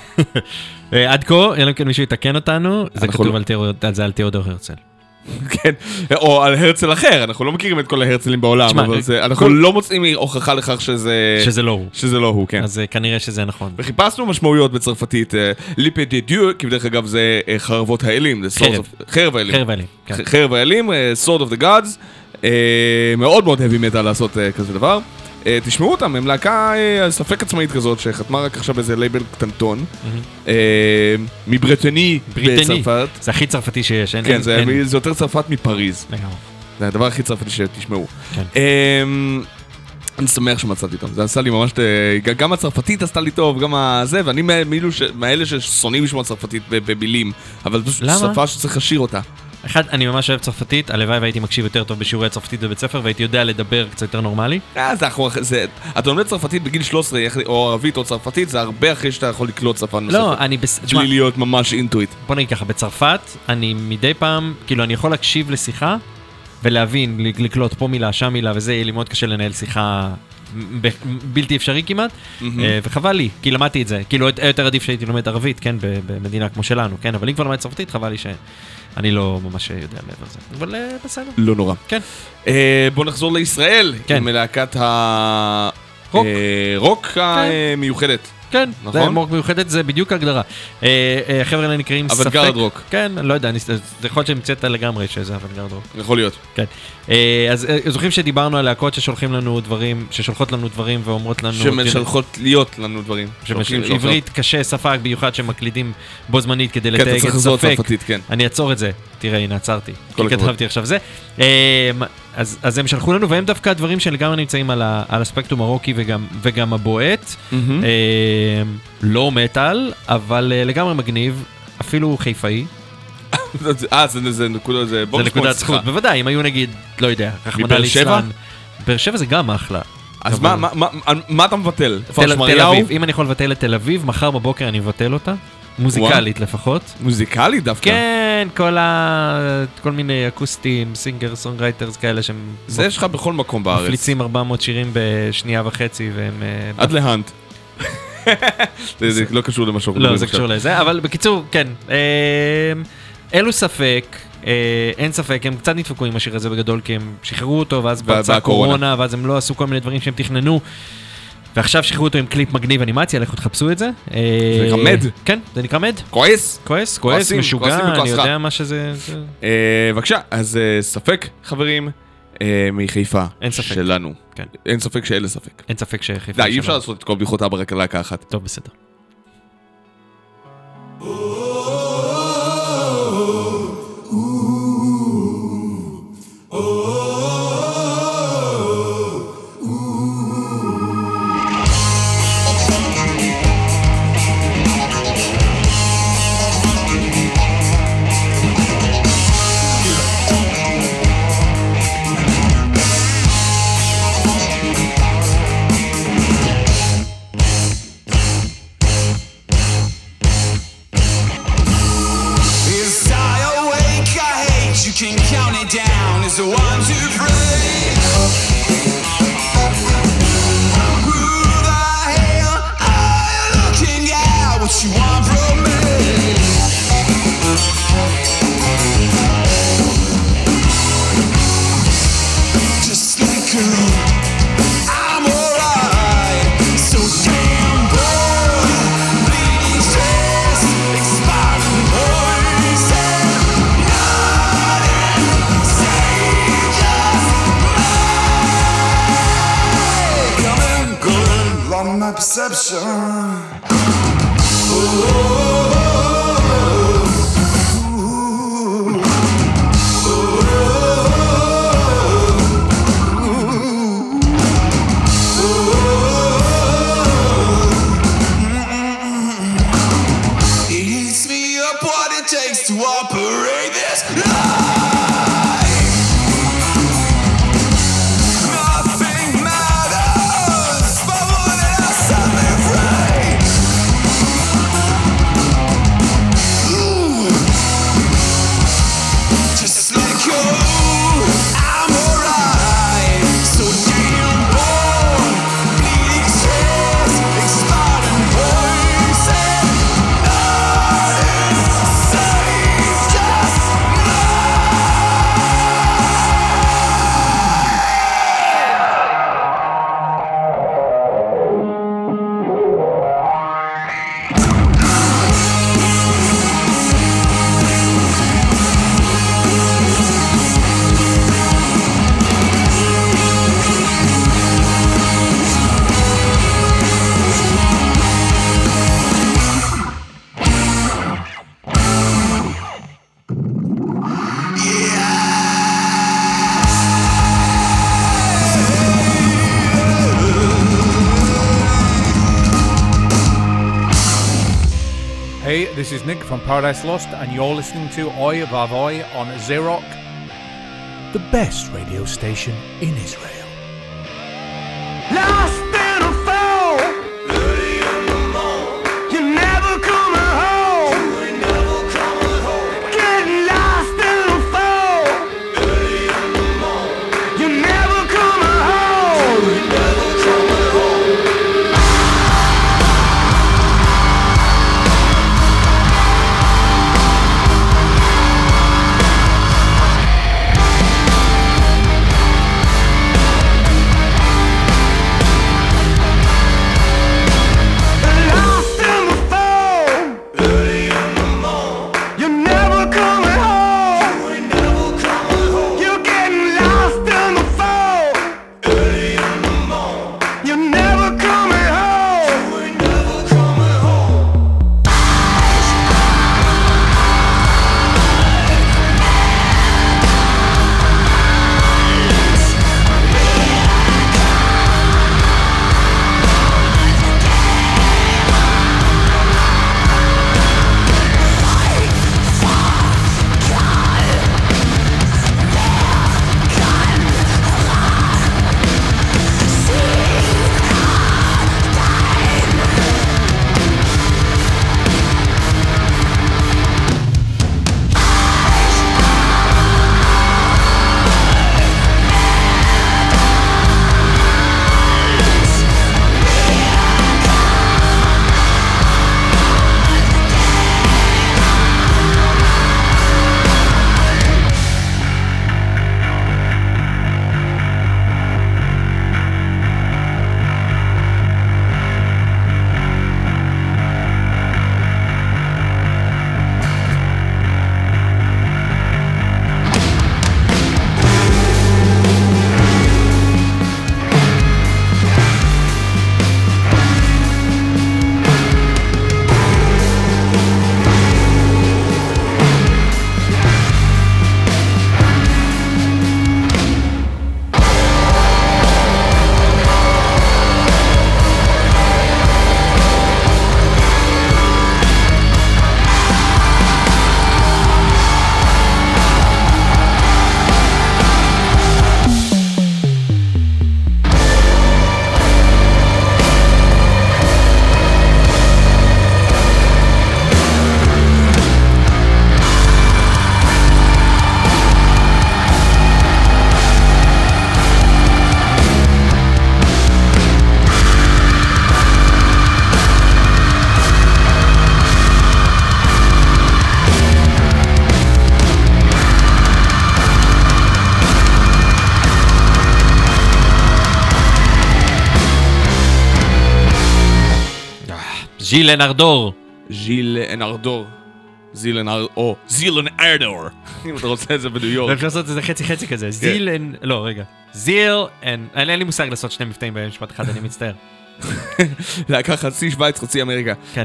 עד כה, אלא אם כן מישהו יתקן אותנו, זה כתוב על תיאודור הרצל. כן, או על הרצל אחר, אנחנו לא מכירים את כל ההרצלים בעולם, אבל אנחנו לא מוצאים הוכחה לכך שזה לא הוא. שזה לא הוא, כן. אז כנראה שזה נכון. וחיפשנו משמעויות בצרפתית, ליפי די דיו, כי בדרך אגב זה חרבות האלים, חרב האלים. חרב האלים, Sword of the Gods, מאוד מאוד heavy metal לעשות כזה דבר. תשמעו אותם, הם להקה ספק עצמאית כזאת שחתמה רק עכשיו איזה לייבל קטנטון מברטני בצרפת. זה הכי צרפתי שיש. כן, זה יותר צרפת מפריז. זה הדבר הכי צרפתי שתשמעו. אני שמח שמצאתי אותם, זה עשה לי ממש, גם הצרפתית עשתה לי טוב, גם הזה, ואני מאלה ששונאים לשמוע צרפתית במילים, אבל פשוט שפה שצריך לשיר אותה. אחד, אני ממש אוהב צרפתית, הלוואי והייתי מקשיב יותר טוב בשיעורי הצרפתית בבית ספר, והייתי יודע לדבר קצת יותר נורמלי. אתה לומד צרפתית בגיל 13, או ערבית או צרפתית, זה הרבה אחרי שאתה יכול לקלוט שפה נוספת. לא, אני בלי להיות ממש אינטואיט. בוא נגיד ככה, בצרפת, אני מדי פעם, כאילו אני יכול להקשיב לשיחה, ולהבין, לקלוט פה מילה, שם מילה, וזה יהיה לי מאוד קשה לנהל שיחה בלתי אפשרי כמעט, וחבל לי, כי למדתי את זה. כאילו יותר עדיף שהייתי לומד ערבית, כן, במדינה כמו שלנו, כן, אבל אם כבר למד צרפתית, חבל לי שאני לא ממש יודע מעבר זה. אבל בסדר. לא נורא. כן. בוא נחזור לישראל, עם להקת הרוק המיוחדת. כן, זה מורק מיוחדת, זה בדיוק הגדרה. החבר'ה האלה נקראים ספק. אבנגרד רוק. כן, לא יודע, זה יכול להיות שהמצאת לגמרי שזה אבנגרד רוק. יכול להיות. כן. אז זוכרים שדיברנו על להקות ששולחות לנו דברים ואומרות לנו... שמשלחות להיות לנו דברים. עברית קשה, שפה ביוחד שמקלידים בו זמנית כדי לתייג את כן, אתה צריך לחזור ספק. צרפתית, כן. אני אעצור את זה. תראה, הנה, עצרתי. כי כתבתי עכשיו זה. אז הם שלחו לנו, והם דווקא דברים שלגמרי נמצאים על הספקטרום הרוקי וגם הבועט. לא מטל, אבל לגמרי מגניב, אפילו חיפאי. זה נקודה, זה נקודת זכות, בוודאי, אם היו נגיד, לא יודע, רחמנא ליצלן. באר שבע זה גם אחלה. אז מה אתה מבטל? תל אביב, אם אני יכול לבטל את תל אביב, מחר בבוקר אני מבטל אותה. מוזיקלית לפחות. מוזיקלית דווקא? כן, כל מיני אקוסטים, סינגר, סונגרייטרס כאלה שהם... זה יש לך בכל מקום בארץ. מפליצים 400 שירים בשנייה וחצי והם... עד להנט. זה לא קשור למה שאנחנו לא, מדברים זה עכשיו. קשור לזה, אבל בקיצור, כן. אלו ספק, אין ספק, הם קצת נדפקו עם השיר הזה בגדול, כי הם שחררו אותו, ואז פרצה הקורונה, ואז הם לא עשו כל מיני דברים שהם תכננו, ועכשיו שחררו אותו עם קליפ מגניב אנימציה, לכו תחפשו את זה. זה נקרא מד? כן, זה נקרא מד. כועס? כועס, כועסים, משוגע, כועסים אני מכועסך. יודע מה שזה... בבקשה, אז ספק, חברים, מחיפה. אין ספק. שלנו. כן. אין ספק שאלה ספק. אין ספק שחיפה... די, אי אפשר לעשות את כל בדיחות אבא רק על להקה אחת. טוב, בסדר. Hey, this is Nick from Paradise Lost, and you're listening to Oi Vavoy on Xerox, the best radio station in Israel. Lost in a fall, early in the morning. You're never coming home. You ain't never coming home. Getting lost in a fall, early in the morning. You're never coming home. You ain't never coming home. ז'ילן ארדור. ז'ילן ארדור. זילן ארדור. אם אתה רוצה את זה בניו יורק. אפשר לעשות את זה חצי כזה. זילן, לא, רגע. אין לי מושג לעשות שני מבטאים במשפט אחד, אני מצטער. להקה חצי שוויץ, חצי אמריקה. כן.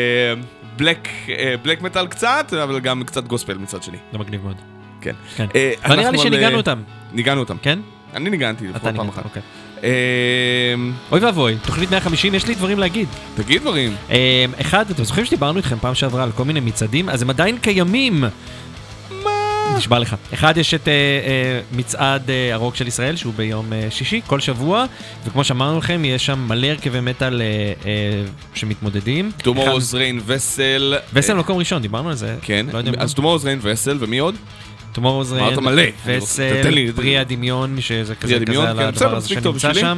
בלק מטל קצת, אבל גם קצת גוספל מצד שני. זה מגניב מאוד. כן. אבל נראה לי שניגענו אותם. ניגענו אותם. כן? אני ניגענתי לפחות פעם אחת. אוקיי. אוי ואבוי, תוכנית 150, יש לי דברים להגיד. תגיד דברים. אחד, אתם זוכרים שדיברנו איתכם פעם שעברה על כל מיני מצעדים, אז הם עדיין קיימים. נשבע לך. אחד, יש את מצעד הרוק של ישראל, שהוא ביום שישי, כל שבוע, וכמו שאמרנו לכם, יש שם מלא הרכבי מטל שמתמודדים. Tomorrow's Rain וסל. וסל מקום ראשון, דיברנו על זה. כן, אז Tomorrow's Rain וסל, ומי עוד? Tomorrow's Rain מלא. וסל, פרי הדמיון, שזה כזה על הדבר הזה שנמצא שם.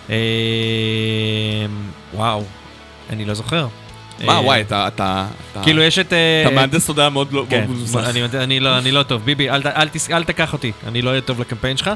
וואו, אני לא זוכר. וואי, אתה... כאילו יש את... אתה מהנדס תודעה מאוד לא... כן, אני לא טוב. ביבי, אל תקח אותי. אני לא אהיה טוב לקמפיין שלך.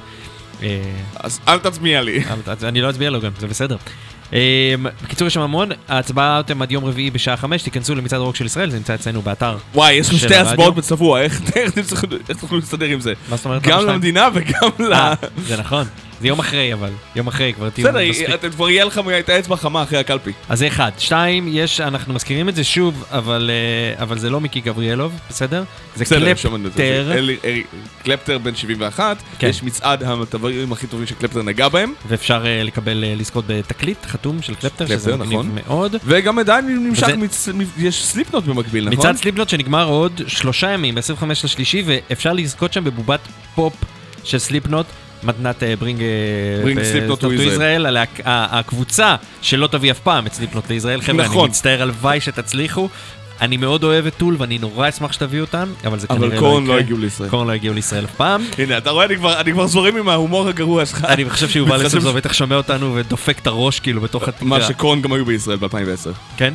אז אל תצביע לי. אני לא אצביע לו גם, זה בסדר. בקיצור, יש שם המון. ההצבעה אותם עד יום רביעי בשעה 5, תיכנסו למצעד הרוק של ישראל, זה נמצא אצלנו באתר. וואי, יש לנו שתי הצבעות בצבוע, איך תוכלו להסתדר עם זה? מה זאת אומרת? גם למדינה וגם ל... זה נכון. זה יום אחרי, אבל. יום אחרי, כבר תהיו מספיק. בסדר, אתם כבר יהיה לך את האצבע חמה אחרי הקלפי. אז זה אחד. שתיים, אנחנו מזכירים את זה שוב, אבל זה לא מיקי גבריאלוב, בסדר? זה קלפטר. קלפטר בן 71, יש מצעד הדברים הכי טובים שקלפטר נגע בהם. ואפשר לזכות בתקליט חתום של קלפטר, שזה מגניב מאוד. וגם עדיין נמשך, יש סליפנוט במקביל, נכון? מצעד סליפנוט שנגמר עוד 3 ימים, ב-25 לשלישי, ואפשר לזכות שם בבובת פופ של סליפנוט, מתנת ברינג סליפנוט טו ישראל, הקבוצה שלא תביא אף פעם את סליפנוט לישראל. חבר'ה, אני מצטער הלוואי שתצליחו. אני מאוד אוהב את טול ואני נורא אשמח שתביאו אותם, אבל זה כנראה לא יקרה. אבל קורן לא הגיעו לישראל. קורן לא הגיעו לישראל אף פעם. הנה, אתה רואה, אני כבר זורם עם ההומור הגרוע שלך. אני חושב שיובל לסוף בטח שומע אותנו ודופק את הראש כאילו בתוך התקרה. מה שקורן גם היו בישראל ב-2010. כן?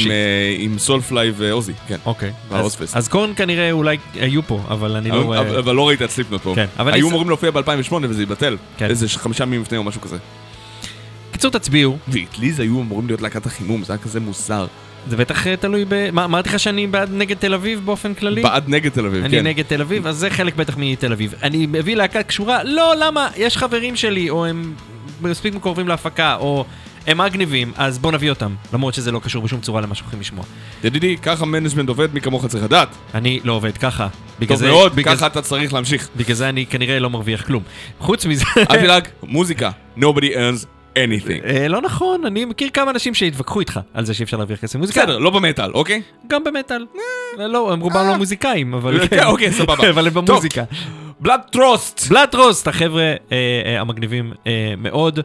עם סולפליי ואוזי, כן. אוקיי. אז קורן כנראה אולי היו פה, אבל אני לא רואה... אבל לא ראית את סליפנוט פה. היו אמורים להופיע ב-2008 וזה יבטל. איזה 5 ימים לפני או משהו כזה. קיצור, תצביעו. ואטליז היו אמורים להיות להקת החימום, זה היה כזה מוזר. זה בטח תלוי אמרתי לך שאני בעד נגד תל אביב באופן כללי? בעד נגד תל אביב, כן. אני נגד תל אביב, אז זה חלק בטח מתל אביב. אני מביא להקה קשורה, לא, למה? יש חברים שלי, או הם מספיק מקורבים להפקה, או הם מגניבים, אז בוא נביא אותם. למרות שזה לא קשור בשום צורה למה שהולכים לשמוע. ידידי, ככה מנג'מנט עובד, מי כמוך צריך לדעת. אני לא עובד ככה. טוב מאוד, ככה אתה צריך להמשיך. בגלל זה אני כנראה לא מרוויח כלום. חוץ מזה... אבילג, מוזיקה, nobody earns anything. לא נכון, אני מכיר כמה אנשים שהתווכחו איתך על זה שאפשר להרוויח כסף מוזיקה. בסדר, לא במטל, אוקיי? גם במטל. לא, הם רובם לא מוזיקאים, אבל כן. אוקיי, סבבה. אבל הם במוזיקה. בלאד טרוסט. בלאד טרוסט, החבר'ה המגניבים מאוד.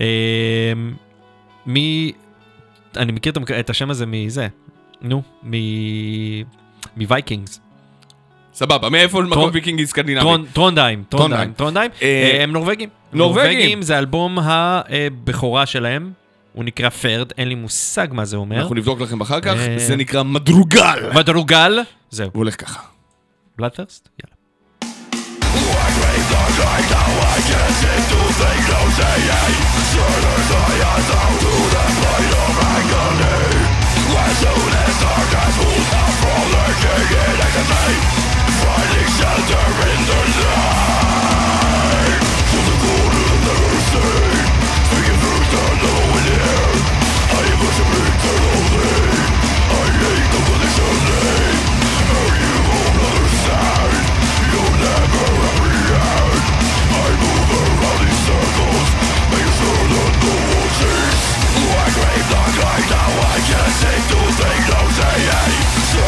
אני מכיר את השם הזה מזה. נו, מווייקינגס. סבבה, מאיפה מקום ויקינגי סקנדינבי? טרונדהיים. הם נורווגים. נורווגים זה אלבום הבכורה שלהם. הוא נקרא פרד, אין לי מושג מה זה אומר. אנחנו נבדוק לכם אחר כך. זה נקרא מדרוגל. מדרוגל, זהו. הוא הולך ככה. בלאד פרסט? יאללה. Finding shelter in the night. To the cold and never seen. Speaking first and low in the air. I am worshiping eternally. I hate the conditioning. And you won't understand. You'll never apprehend. I move around these circles, making sure that no one sees. I crave the light, now I can't seem to think no saying.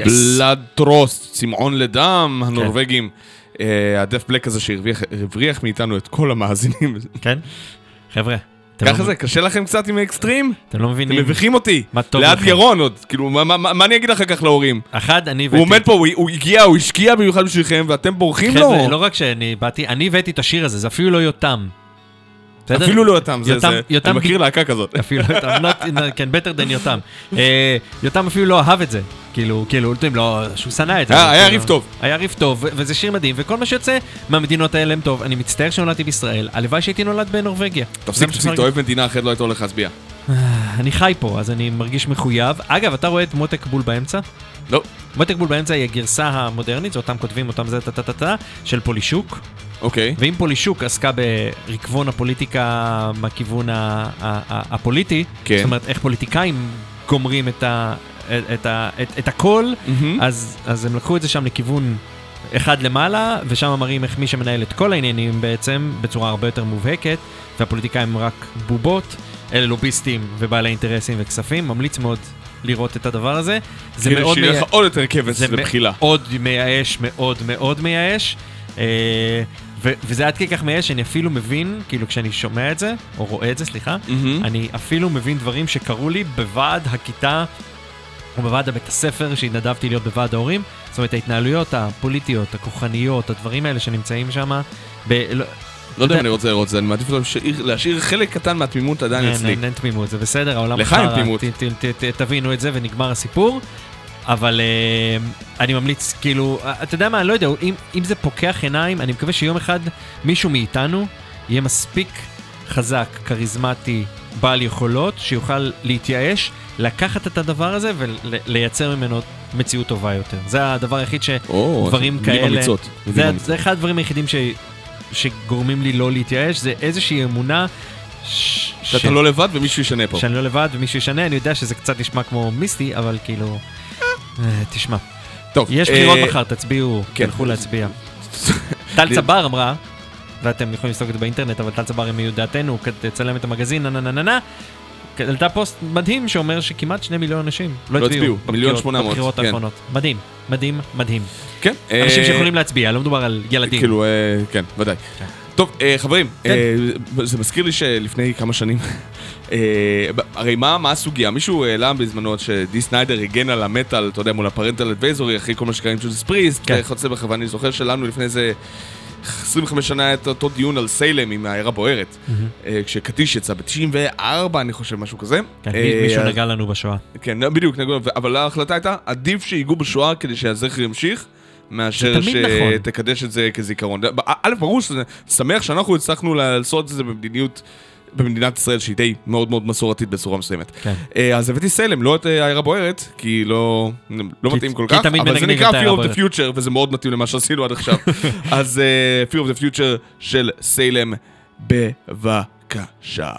בלאד טרוסט, צמאון לדם, הנורווגים. הדף בלק הזה שהבריח מאיתנו את כל המאזינים. כן? חבר'ה. ככה זה, קשה לכם קצת עם האקסטרים? אתם לא מבינים. אתם מביכים אותי. מה טוב ליד לכם. ירון עוד. כאילו, מה אני אגיד אחר כך להורים? אני הוא עומד פה, הוא הגיע, הוא השקיע במיוחד בשבילכם, ואתם בורחים לו. חבר'ה, לא רק שאני באתי, אני הבאתי את השיר הזה, זה אפילו לא יותם. אפילו לא יותם, יותם אני מכיר להקה כזאת. אפילו לא יותם, כן, better than יותם. יותם אפילו לא אהב את זה. כאילו, לא, שהוא שנא את זה. היה ריף טוב. היה ריף טוב, וזה שיר מדהים, וכל מה שיוצא מהמדינות האלה הם טוב. אני מצטער שנולדתי בישראל, הלוואי שהייתי נולד בנורווגיה. תפסיק, אתה אוהב מדינה אחרת, לא היית הולך להצביע. אני חי פה, אז אני מרגיש מחויב. אגב, אתה רואה את מותק בול באמצע? לא. מותק בול באמצע היא הגרסה המודרנית, זה אותם כותבים, אותם זה של פולישוק. אוקיי. ואם פולישוק עסקה ברקבון הפוליטיקה מהכיוון הפוליטי, זאת אומרת, איך פוליטיקאים גומרים את הכל, אז הם לקחו את זה שם לכיוון אחד למעלה, ושם מראים איך מי שמנהל את כל העניינים בעצם, בצורה הרבה יותר מובהקת, והפוליטיקאים הם רק בובות, אלה לוביסטים ובעלי אינטרסים וכספים, ממליץ מאוד לראות את הדבר הזה. זה מאוד שיהיה לך עוד יותר כבש לבחילה. זה מאוד מייאש, מאוד מאוד מייאש. וזה עד כך מייאש שאני אפילו מבין, כאילו כשאני שומע את זה, או רואה את זה, סליחה, אני אפילו מבין דברים שקרו לי בוועד הכיתה, או בוועד הבית הספר שהתנדבתי להיות בוועד ההורים. זאת אומרת, ההתנהלויות הפוליטיות, הכוחניות, הדברים האלה שנמצאים שם, לא יודע אם אני רוצה לראות את זה, אני מעדיף להשאיר חלק קטן מהתמימות עדיין אצלי. אין תמימות, זה בסדר, העולם לך אין תמימות. תבינו את זה ונגמר הסיפור, אבל אני ממליץ, כאילו, אתה יודע מה, אני לא יודע, אם זה פוקח עיניים, אני מקווה שיום אחד מישהו מאיתנו יהיה מספיק חזק, כריזמטי, בעל יכולות, שיוכל להתייאש, לקחת את הדבר הזה ולייצר ממנו מציאות טובה יותר. זה הדבר היחיד שדברים כאלה... זה אחד הדברים היחידים שגורמים לי לא להתייאש, זה איזושהי אמונה שאתה לא לבד ומישהו ישנה פה. שאני לא לבד ומישהו ישנה, אני יודע שזה קצת נשמע כמו מיסטי, אבל כאילו... תשמע. טוב. יש בחירות מחר, תצביעו, תלכו להצביע. טל צבר אמרה, ואתם יכולים לסתוק את זה באינטרנט, אבל טל צבר הם יודעתנו, תצלם את המגזין, נננננה, עלתה פוסט מדהים שאומר שכמעט 2 מיליון אנשים לא הצביעו בבחירות האחרונות. מדהים, מדהים, מדהים. כן. אנשים שיכולים להצביע, לא מדובר על ילדים. כאילו, כן, ודאי. טוב, חברים, זה מזכיר לי שלפני כמה שנים, הרי מה הסוגיה? מישהו העלה בזמנו שדי סניידר הגן על המטל, אתה יודע, מול הפרנטל אדוויזורי, אחרי כל מה שקיים של ספריסט, וחוצה בחווה, אני זוכר שלנו לפני איזה 25 שנה היה את אותו דיון על סיילם עם העיירה בוערת, כשקטיש יצא ב-94, אני חושב, משהו כזה. כן, מישהו נגע לנו בשואה. כן, בדיוק, נגע לנו, אבל ההחלטה הייתה, עדיף שיגעו בשואה כדי שהזכר ימשיך, מאשר שתקדש את זה כזיכרון. א', ברור שזה שמח שאנחנו הצלחנו לעשות את זה במדינת ישראל שהיא די מאוד מאוד מסורתית בצורה מסוימת. אז הבאתי סיילם, לא את העיירה בוערת, כי לא מתאים כל כך, אבל זה נקרא Fear of the Future, וזה מאוד מתאים למה שעשינו עד עכשיו. אז Fear of the Future של סיילם, בבקשה.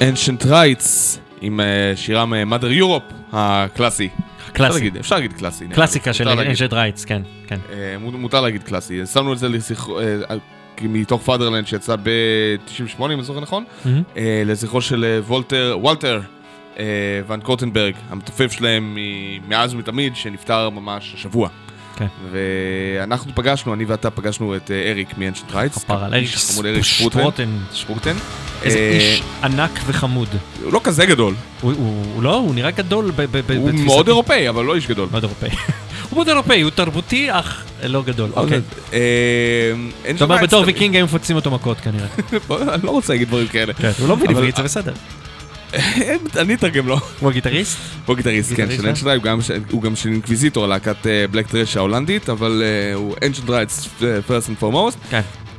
Ancient Rights, עם שירם Mother Europe הקלאסי. קלאסי. אפשר להגיד קלאסי. קלאסיקה של Ancient Rights, כן, כן. מותר להגיד קלאסי. שמנו את זה מתוך פאדרלנד שיצא ב-98, אם אני זוכר נכון, לזכרו של וולטר ון קורטנברג, המתופף שלהם מאז ומתמיד, שנפטר ממש השבוע. כן. ואנחנו פגשנו, אני ואתה פגשנו את אריק מ-Ancient Rights. חפר על אריק שפרוטן. איזה איש ענק וחמוד. הוא לא כזה גדול. הוא לא, הוא נראה גדול בתפיסתי. הוא מאוד אירופאי, אבל לא איש גדול. מאוד אירופאי. הוא מאוד אירופאי, הוא תרבותי, אך לא גדול. אוקיי. זאת אומרת, בתור ויקינג הם מפוצים אותו מכות כנראה. אני לא רוצה להגיד דברים כאלה. הוא לא מבין עברית, זה בסדר. אני אתרגם לו. הוא הגיטריסט? הוא גיטריסט, כן, של Ancient Rights, הוא גם של אינקוויזיטור, להקת בלק טרש ההולנדית, אבל הוא Ancient Rights first and foremost. כן.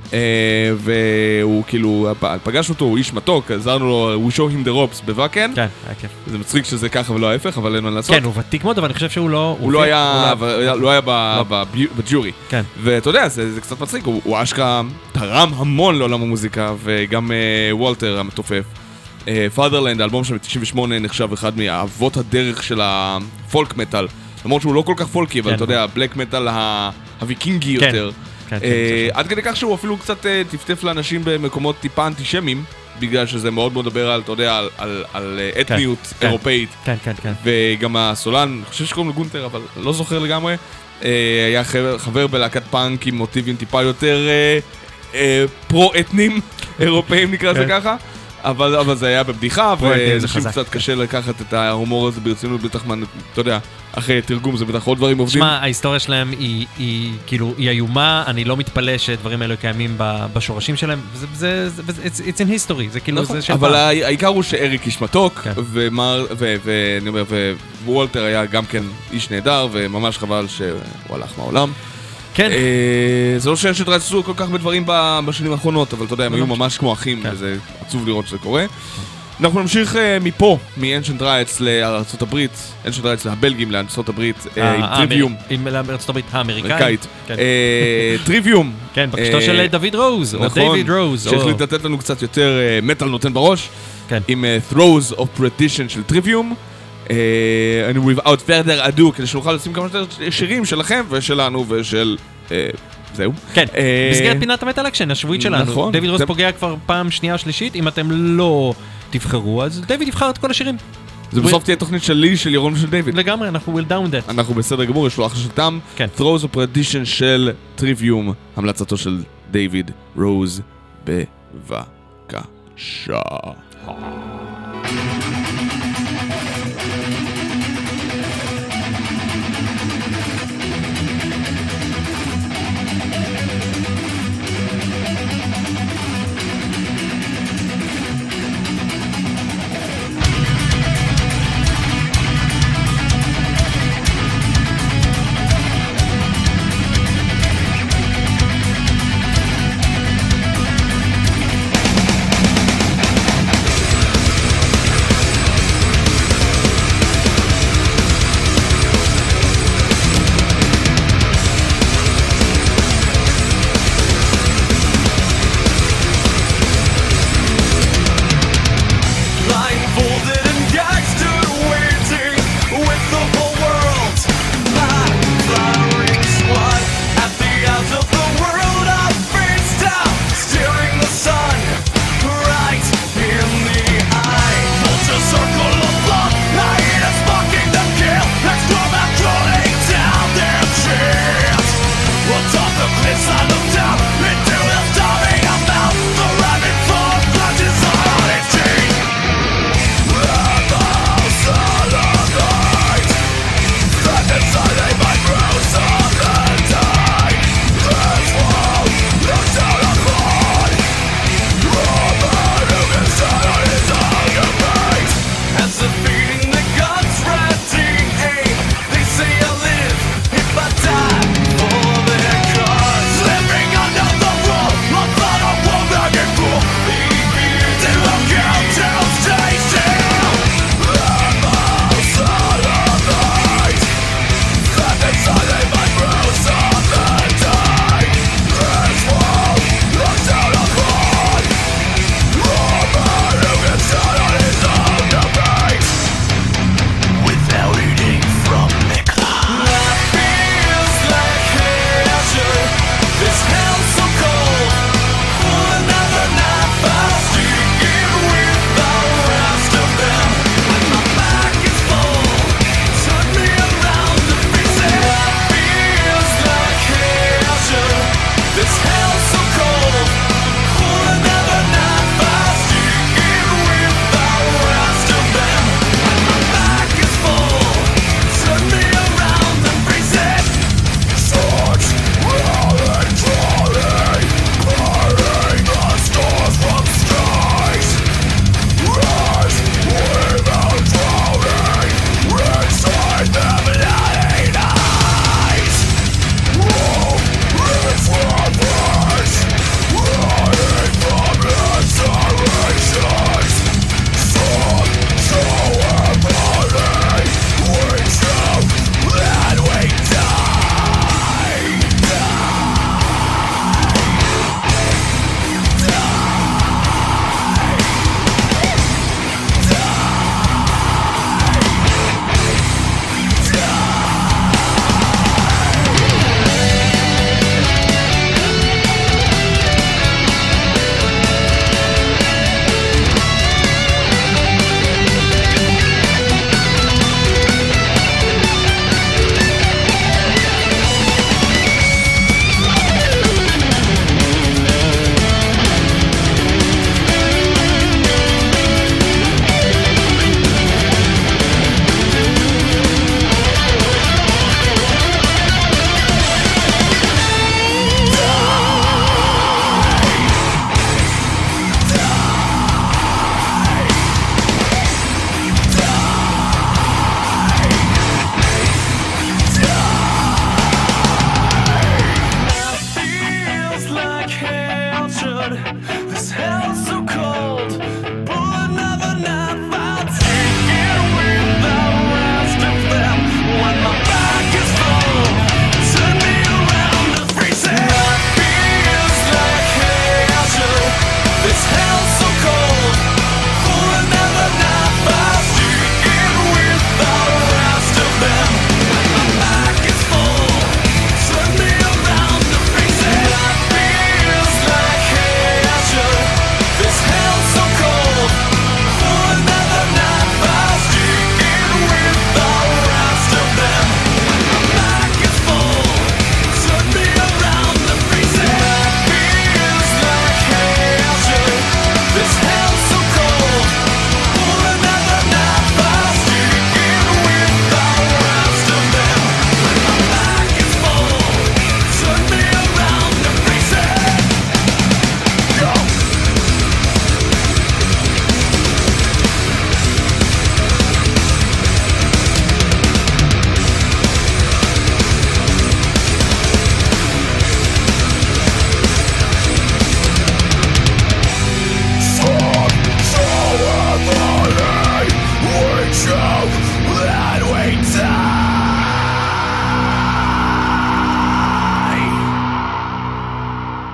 והוא כאילו, פגש אותו, הוא איש מתוק, עזרנו לו, we show him the ropes בוואקן. כן, היה כיף. זה מצחיק שזה ככה ולא ההפך, אבל אין מה לעשות. כן, הוא ותיק מאוד, אבל אני חושב שהוא לא... הוא לא היה בג'ורי. כן. ואתה יודע, זה קצת מצחיק, הוא אשכרה תרם המון לעולם המוזיקה, וגם וולטר המתופף. פאדרלנד, האלבום שם ב-98 נחשב אחד מאבות הדרך של הפולק מטל. למרות שהוא לא כל כך פולקי, אבל אתה יודע, בלק מטל הוויקינגי יותר. עד כדי כך שהוא אפילו קצת טפטף לאנשים במקומות טיפה אנטישמיים, בגלל שזה מאוד מאוד מדבר על, אתה יודע, על אתניות אירופאית. כן, כן, כן. וגם הסולן, אני חושב שקוראים לו גונטר, אבל לא זוכר לגמרי, היה חבר בלהקת פאנק עם מוטיבים טיפה יותר פרו-אתנים אירופאים, נקרא לזה ככה. אבל זה היה בבדיחה, ואנשים קצת קשה לקחת את ההומור הזה ברצינות, בטח, אתה יודע, אחרי תרגום זה בטח עוד דברים עובדים. שמע, ההיסטוריה שלהם היא כאילו, היא איומה, אני לא מתפלא שדברים האלו קיימים בשורשים שלהם, it's in history, זה כאילו, זה של פעם. אבל העיקר הוא שאריק איש מתוק, ואני אומר, ווולטר היה גם כן איש נהדר, וממש חבל שהוא הלך מהעולם. כן. זה לא שאנשט רייטס עשו כל כך בדברים בשנים האחרונות, אבל אתה יודע, הם היו ממש כמו אחים, וזה עצוב לראות שזה קורה. אנחנו נמשיך מפה, מ-Ancient Rights לארצות הברית, Ancient Rights לבלגים, לארצות הברית, עם טריוויום. לארצות הברית האמריקאית. טריוויום. כן, בקשתו של דוד רוז, או דיוויד רוז. שהחליט לתת לנו קצת יותר מטל נותן בראש, עם Throws of Perdition של טריוויום. And without further ado, כדי שנוכל לשים כמה יותר שירים שלכם ושלנו ושל... זהו. כן, במסגרת פינת המטל אקשן, השבועית שלנו. נכון. דיוויד רוז פוגע כבר פעם שנייה או שלישית, אם אתם לא תבחרו, אז דיוויד יבחר את כל השירים. זה בסוף תהיה תוכנית שלי, של ירון ושל דיוויד. לגמרי, אנחנו will down that. אנחנו בסדר גמור, יש לו אחלה של טעם. כן. Throws of Perdition של טריוויום, המלצתו של דיוויד רוז, בבקשה.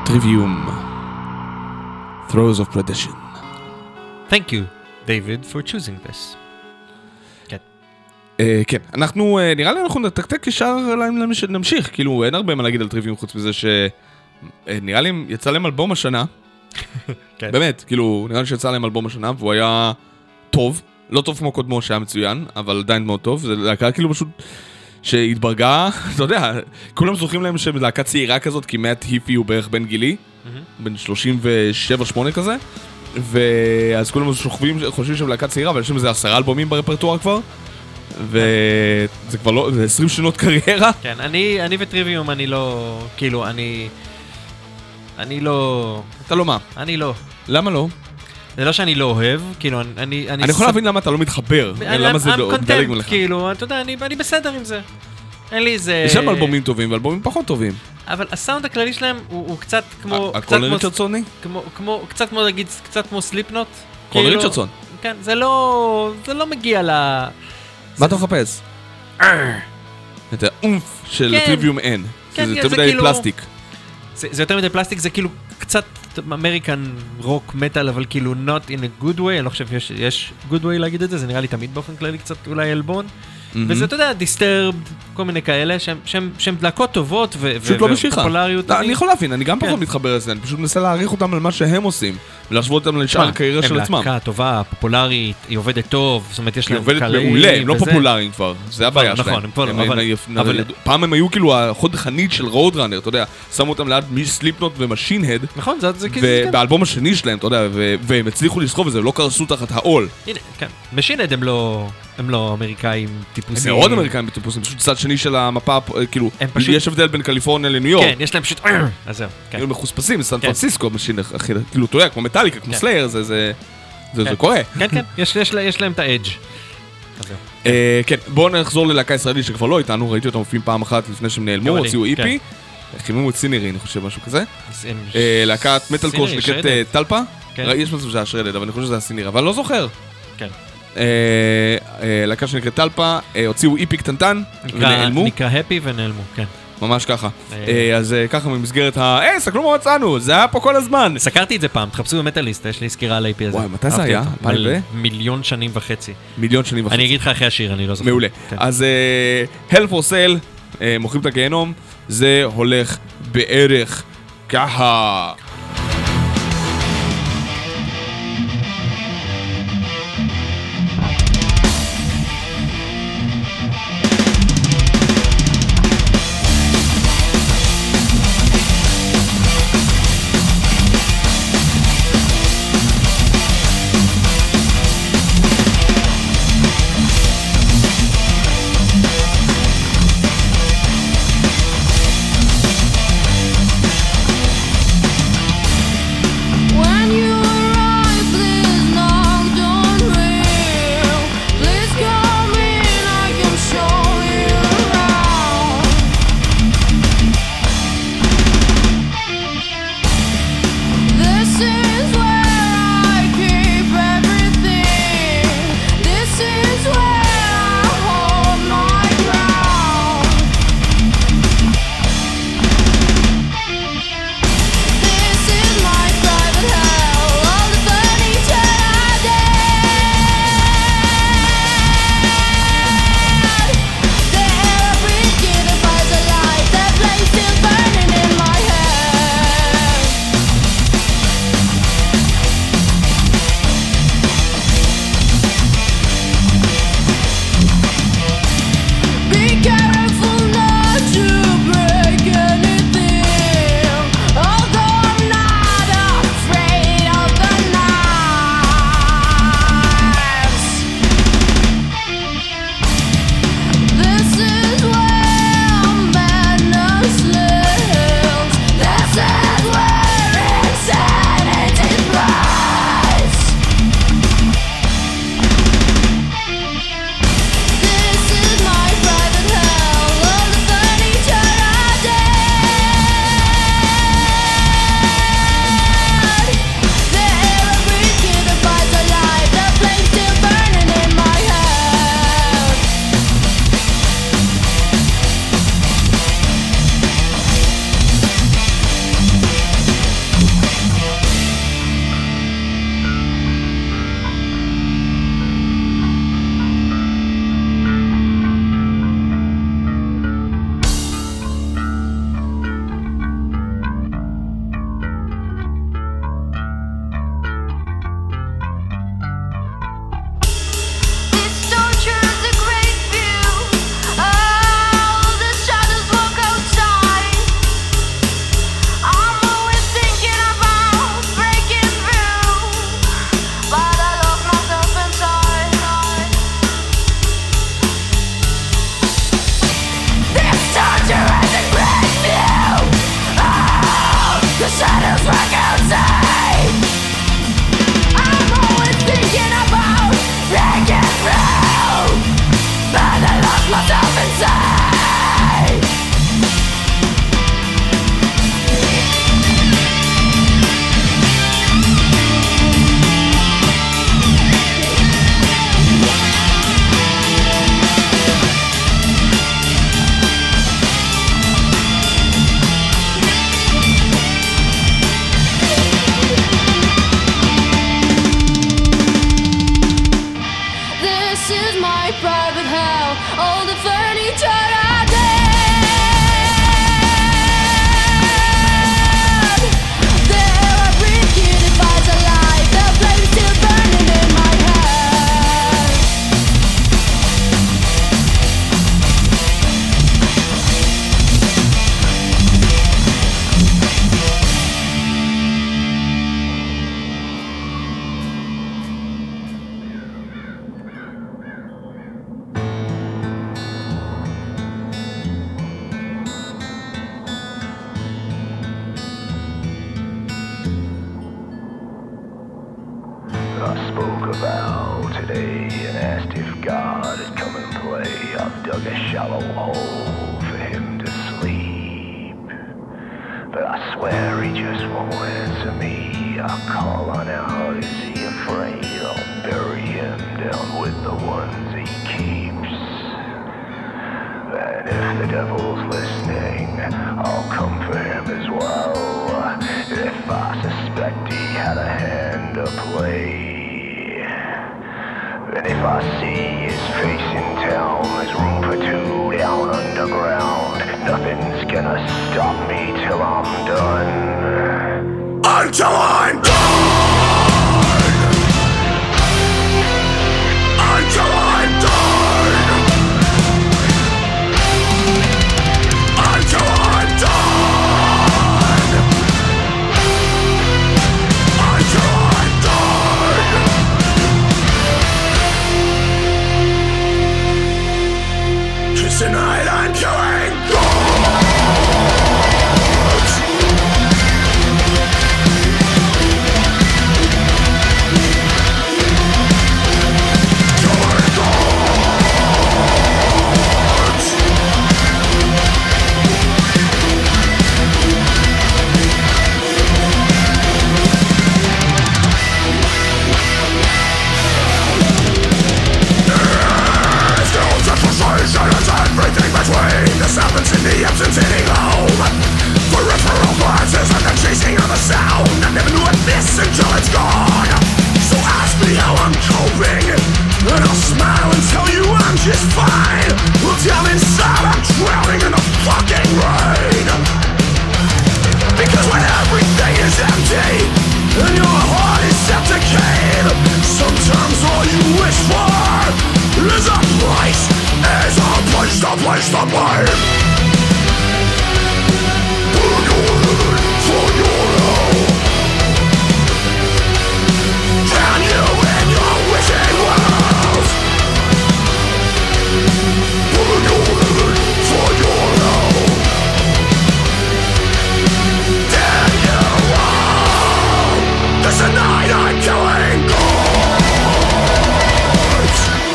טריוויום. Throes of Perdition. Thank you, David, for choosing this. כן. כן, אנחנו, נראה לי אנחנו נתקתק ישר נמשיך, כאילו אין הרבה מה להגיד על טריוויום חוץ מזה שנראה לי יצא להם אלבום השנה. כן. באמת, כאילו, נראה לי שיצא להם אלבום השנה והוא היה טוב, לא טוב כמו קודמו שהיה מצוין, אבל עדיין מאוד טוב, זה להקה כאילו פשוט שהתברגה, אתה יודע, כולם זוכרים להם שהם להקה צעירה כזאת, כי מאט היפי הוא בערך בן גילי, בן 37-8 כזה, ואז כולם חושבים שהם להקה צעירה, אבל יש להם איזה 10 אלבומים ברפרטואר כבר, וזה כבר לא, זה 20 שנות קריירה. כן, אני וטריוויום, אני לא, כאילו, אני לא... אתה לא מה? אני לא. למה לא? זה לא שאני לא אוהב, כאילו, אני יכול להבין למה אתה לא מתחבר, למה זה דלג מלך. כאילו, אתה יודע, אני בסדר עם זה. אין לי איזה... יש שם אלבומים טובים ואלבומים פחות טובים. אבל הסאונד הכללי שלהם הוא קצת כמו... הכל ריצ'רדסוני? קצת כמו להגיד, קצת כמו סליפנוט. כל ריצ'רדסון. כן, זה לא מגיע ל... מה אתה מחפש? את האומף של טריוויום אין. זה יותר מדי פלסטיק. זה יותר מדי פלסטיק, זה כאילו קצת אמריקן רוק מטל, אבל כאילו not in a good way, אני לא חושב שיש good way להגיד את זה, זה נראה לי תמיד באופן כללי קצת אולי אלבון. וזה, אתה יודע, Disturbed, כל מיני כאלה, שהם דלקות טובות ופופולריות. אני יכול להבין, אני גם פחות מתחבר לזה, אני פשוט מנסה להעריך אותם על מה שהם עושים, ולהשוות אותם לשאר הקריירה של עצמם. הם להקה טובה, פופולרית, היא עובדת טוב, זאת אומרת, יש להם קלעים. היא עובדת מעולה, הם לא פופולריים כבר, זה הבעיה שלהם. נכון, פעם הם היו כאילו החוד חנית של רודראנר, אתה יודע, שמו אותם ליד סליפנוט ומשין-הד, נכון, זה ובאלבום השני שלהם, אתה יודע, והם הצליחו לסחוב את זה, לא קרסו תחת העול. הנה, כן, משין-הד הם לא אמריקאים טיפוסים. הם מאוד אמריקאים טיפוסים, פשוט צד שני של המפה, כאילו, יש הבדל בין קליפורניה לניו יורק. כן, יש להם פשוט... אז זהו, כן. כאילו מחוספסים, סן פרנסיסקו, כאילו, אתה יודע, כמו מטאליקה, כמו סלייר, זה קורה. כן, כן, יש להם את האדג'. כן, בואו נחזור ללהקה ישראלית שכבר לא איתנו, ראיתי אותם מופיעים פעם אחת לפני שהם נעלמו, הוציאו איפי, חיממו את סינרי, אני חושב, משהו כזה. להקת מטל קור שנקראת טלפה, יש מצב שזה השרדד, אבל אני חושב שזה הסינרי, אבל לא זוכר. כן. להקה שנקראת טלפה, הוציאו איפי קטנטן ונעלמו. נקרא הפי ונעלמו, כן. ממש ככה. אז ככה במסגרת סקלו מה מצאנו, זה היה פה כל הזמן. סקרתי את זה פעם, תחפשו במטליסט, יש לי סקירה על ה-IP הזה. וואי, מתי זה היה? 1,000,000 שנים וחצי. 1,000,000 שנים וחצי. אני אגיד לך אחרי השיר, אני לא זוכר. מעולה. אז Hell for Sale, מוכרים את הגיהנום, זה הולך בערך ככה. shallow hole for him to sleep. But I swear he just won't answer me. I call on out, is he afraid? I'll bury him down with the ones he keeps. And if the devil's listening, I'll come for him as well. If I suspect he had a hand to play. And if I see his face in town, there's room for two down underground. Nothing's gonna stop me till I'm done. Until I'm done! Until I'm done! Until I'm done! Until I'm done! 'Cause tonight I'm killing gods! Killing gods! Still just frustration and everything between. This happens in the absence hitting home. Peripheral glances and the chasing of the sound. I never knew I'd miss until it's gone. So ask me how I'm coping, and I'll smile and tell you I'm just fine. Well, down inside I'm drowning in the fucking rain. Because when everything is empty and your heart is set to decay, sometimes all you wish for is a place to blame. Burn your living for your hell. Drown you in your wishing wells. Burn your living for your hell. Damn you all. This night I'm killing gods.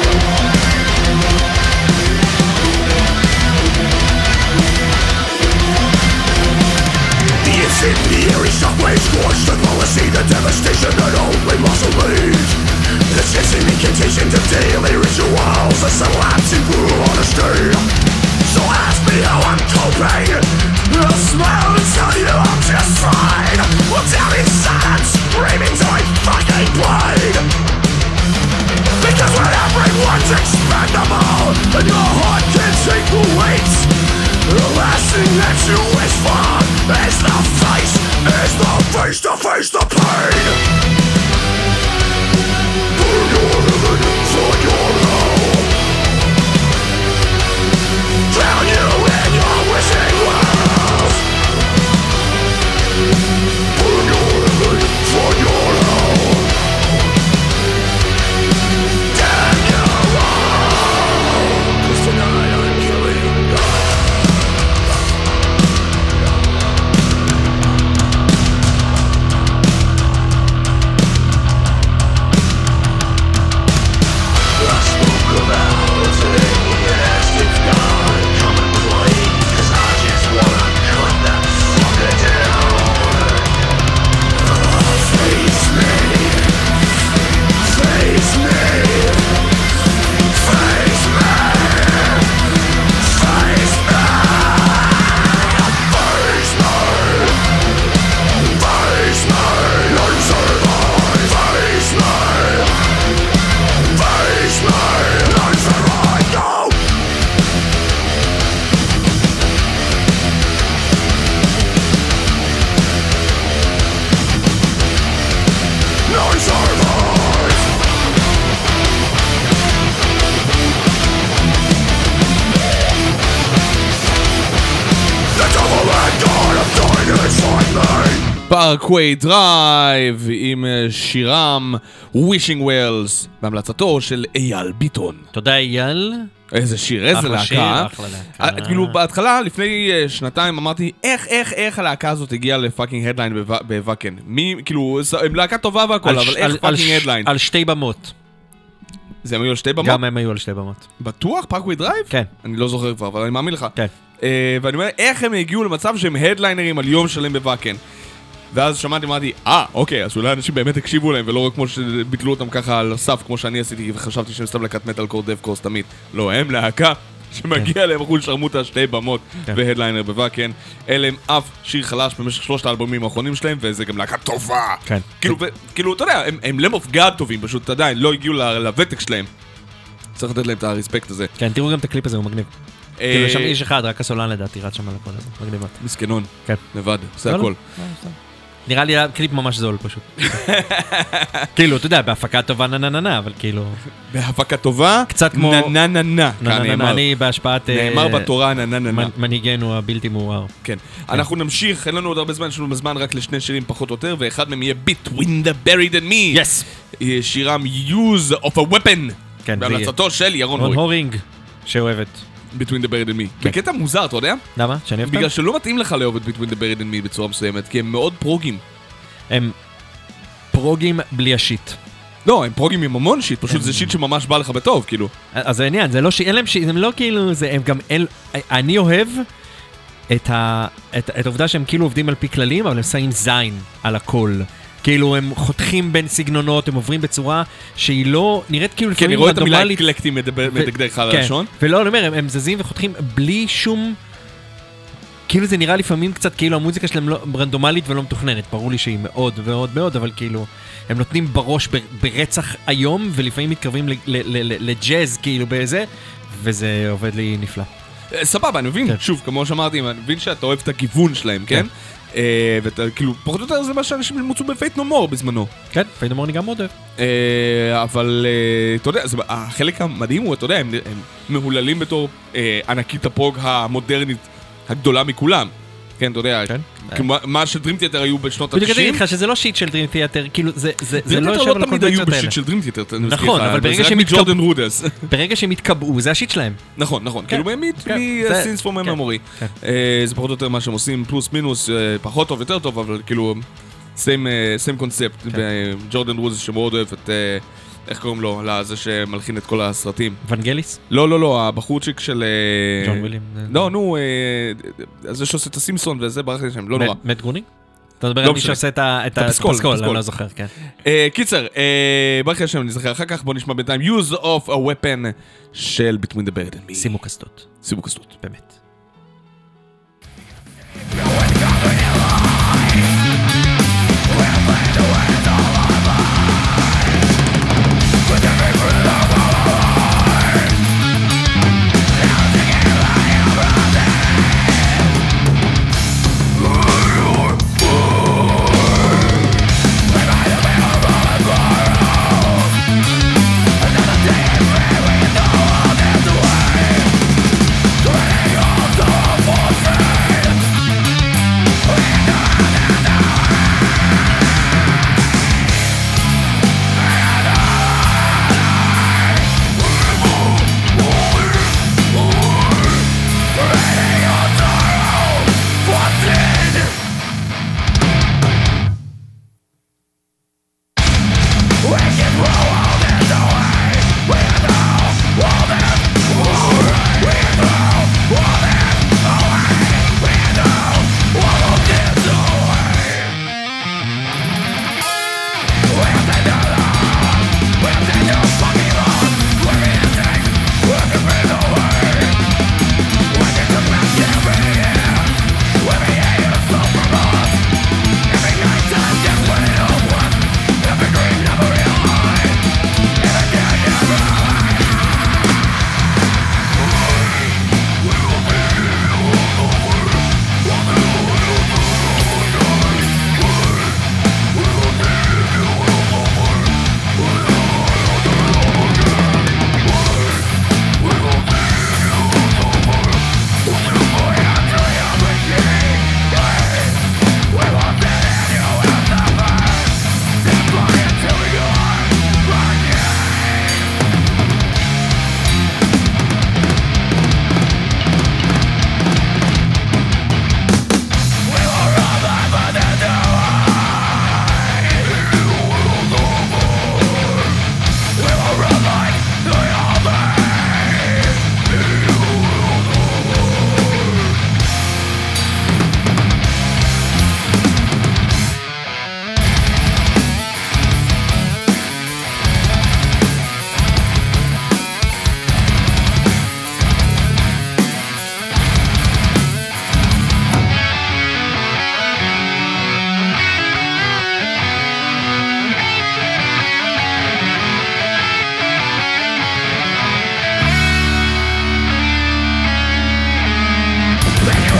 The incendiary shockwaves scorched the policy, the devastation that only muscle leaves. The chasing incantations of daily rituals, a subtle acts in brutal honesty. So ask me how I'm coping, I'll smile and tell you I'm just fine. Well, down inside I'm screaming till I fucking bleed. Because when everyone's expendable and your heart can take the weight, the last thing that you wish for is the face to face the pain. Burn your living for your hell. Drown you in your wishing wells. Burn your living for your hell. Damn you all. 'Cause tonight I'm killing God. I spoke about today, yes, it's gone. Come and play, 'cause I just wanna cut that fucker down. Face me. Face me. Face me. Face me. Face me. Face me. Don't survive. Face me. Face me, don't survive, no! None survive! The devil and God have died inside me! פארקווי דרייב עם שירם Wishing Wells בהמלצתו של אייל ביטון. תודה אייל. איזה שיר, איזה אחלה שיר, להקה. אחלה להקה. כאילו בהתחלה, לפני שנתיים אמרתי, איך הלהקה הזאת הגיעה לפאקינג הדליין בוואקן? מי, כאילו, הם להקה טובה והכל, אבל איך פאקינג הדליין? על שתי במות. זה הם היו על שתי במות? גם הם היו על שתי במות. בטוח? פארקווי דרייב? כן. אני לא זוכר כבר, אבל אני מאמין לך. כן. ואני אומר, איך הם הגיעו למצב שהם הדליינרים על יום שלם בוואקן? ואז שמעתי, אמרתי, אוקיי, אז אולי אנשים באמת הקשיבו להם, ולא רק כמו שביטלו אותם ככה על הסף, כמו שאני עשיתי, וחשבתי שהם סתם להקת מטל קור דב קורס תמיד. לא, הם להקה שמגיע להם אחוז שרמוטה שתי במות והדליינר בוואקן. אלה הם אף שיר חלש במשך 3 האלבומים האחרונים שלהם, וזה גם להקה טובה. כן. כאילו, אתה יודע, הם למ אוף גאד טובים, פשוט עדיין לא הגיעו לוותק שלהם. צריך לתת להם את הרספקט הזה. כן, תראו גם את הקליפ הזה, הוא מגניב. כאילו שם איש אחד, רק הסולן לדעתי, רץ שם על הכל הזה, מגניב. מסכנון. כן. לבד, עושה הכל. נראה לי קליפ ממש זול פשוט. כאילו, אתה יודע, בהפקה טובה ננננה, אבל כאילו... בהפקה טובה, קצת כמו... ננננה. אני בהשפעת... נאמר בתורה ננננה. מנהיגנו הבלתי מעורר. כן. אנחנו נמשיך, אין לנו עוד הרבה זמן, יש לנו זמן רק לשני שירים פחות או יותר, ואחד מהם יהיה Between the Buried and Me. יס! שירם Use of a Weapon. כן, בהמלצתו של ירון רון הורינג. הורינג, שאוהבת. Between the Buried and Me. בקטע מוזר, אתה יודע? למה? שאני אוהב אותם? בגלל שלא מתאים לך לאהוב את Between the Buried and Me בצורה מסוימת, כי הם מאוד פרוגים. הם פרוגים בלי השיט. לא, הם פרוגים עם המון שיט, פשוט זה שיט שממש בא לך בטוב, כאילו. אז העניין, זה לא אין להם שיט, הם לא כאילו, הם גם, אני אוהב את העובדה שהם כאילו עובדים על פי כללים, אבל הם שמים זין על הכל. כאילו הם חותכים בין סגנונות, הם עוברים בצורה שהיא לא נראית כאילו כן, אני לפעמים רואה את המילה רנדומלית. אקלקטי מדגדג על הלשון. ולא, אני אומר, הם זזים וחותכים בלי שום... כאילו זה נראה לפעמים קצת כאילו המוזיקה שלהם לא רנדומלית ולא מתוכננת. ברור לי שהיא מאוד מאוד מאוד, אבל כאילו הם נותנים בראש ברצח היום, ולפעמים מתקרבים לג'אז כאילו באיזה, וזה עובד לי נפלא. סבבה, אני מבין, שוב, כמו שאמרתי, אני מבין שאתה אוהב את הגיוון שלהם, כן? ואתה כאילו, פחות או יותר זה מה שאנשים מוצאו בפייט נו מור בזמנו. כן, פייט נו מור אני גם מאוד אוהב. אבל, אתה יודע, החלק המדהים הוא, אתה יודע, הם מהוללים בתור ענקית הפרוג המודרנית הגדולה מכולם. כן, אתה יודע, מה שדרים תיאטר היו בשנות ה-90. בדיוק אני אגיד לך שזה לא שיט של דרים תיאטר, כאילו זה לא יושב על לא תמיד היו הקונבנציות האלה. בשיט של דרים תיאטר, נכון, אבל ברגע שהם התקבעו, זה השיט שלהם. נכון, כאילו מ-Scenes from a Memory. זה פחות או יותר מה שהם עושים, פלוס מינוס, פחות טוב, יותר טוב, אבל כאילו, same concept. וג'ורדן רודס שמאוד אוהב את... איך קוראים לו? לזה שמלחין את כל הסרטים. ונגליס? לא, הבחורצ'יק של... ג'ון וויליאם. לא, נו, זה שעושה את הסימפסון וזה ברח לי שם, לא נורא. מאט גרונינג? אתה מדבר על מי שעושה את הפסקול, אני לא זוכר, כן. קיצר, ברח לי שם, אני זוכר אחר כך, בוא נשמע בינתיים Use of a Weapon של Between the Buried and Me. שימו קסדות. שימו קסדות. באמת.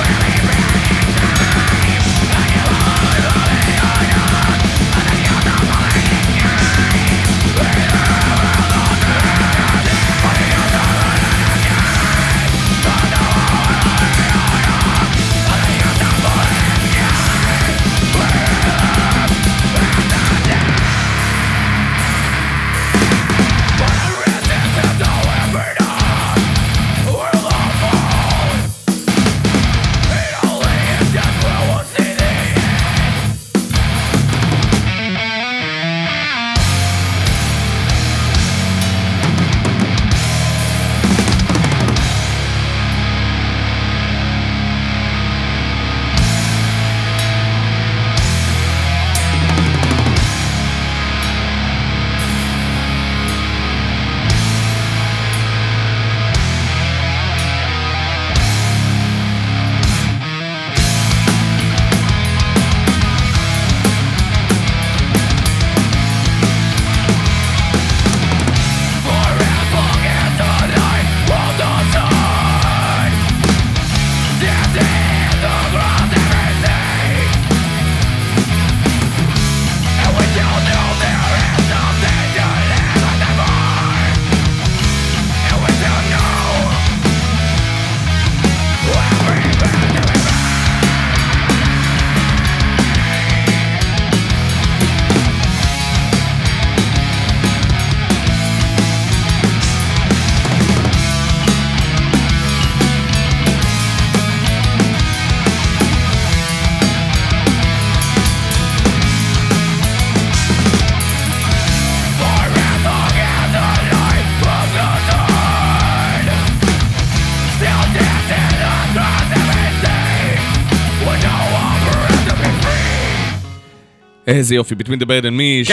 איזה יופי, Between the Bird and Me,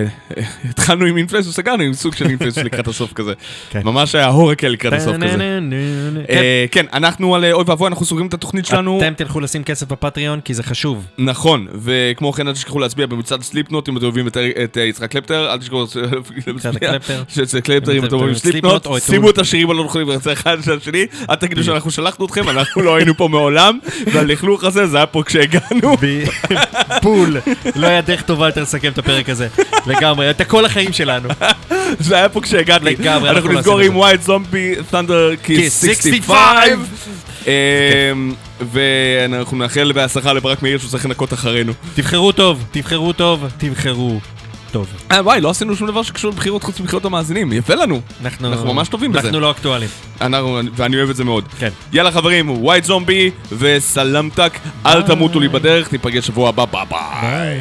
שהתחלנו עם אינפלס וסגרנו עם סוג של אינפלס לקראת הסוף כזה. ממש היה הורקל לקראת הסוף כזה. כן, אנחנו על אוי ואבוי, אנחנו סוגרים את התוכנית שלנו. אתם תלכו לשים כסף בפטריון, כי זה חשוב. נכון, וכמו כן, אל תשכחו להצביע במצעד סליפנוט, אם אתם אוהבים את יצחק קלפטר, אל תשכחו קלפטר, אם אתם אוהבים סליפנוט, שימו את השירים הלא נכונים ברצה אחד של השני, אל תגידו שאנחנו שלחנו אתכם, אנחנו לא היינו פה מעולם, והלכלוך הזה, זה היה פה כשהגענו. בול, לא היה דרך טובה יותר לסכם את הפרק הזה, לגמרי, את כל החיים שלנו. זה היה פה כשהגעתי. אנחנו נסגור עם White Zombie Thunder Kiss 65, ואנחנו נאחל בהצלחה לברק מאיר שהוא צריך לנקות אחרינו. תבחרו טוב, תבחרו טוב, תבחרו טוב. וואי, לא עשינו שום דבר שקשור לבחירות חוץ מבחירות המאזינים, יפה לנו. אנחנו ממש טובים בזה. אנחנו לא אקטואלים. ואני אוהב את זה מאוד. כן. יאללה חברים, White Zombie וסלמתק, אל תמותו לי בדרך, ניפגש שבוע הבא, ביי ביי.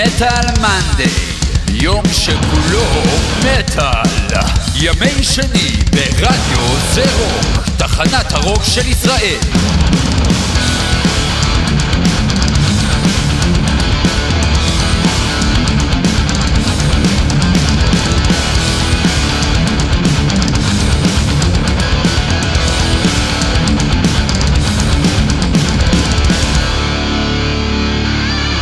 מטל מנדי, יום שכולו מטל. ימי שני ברדיו זה רוק, תחנת הרוק של ישראל.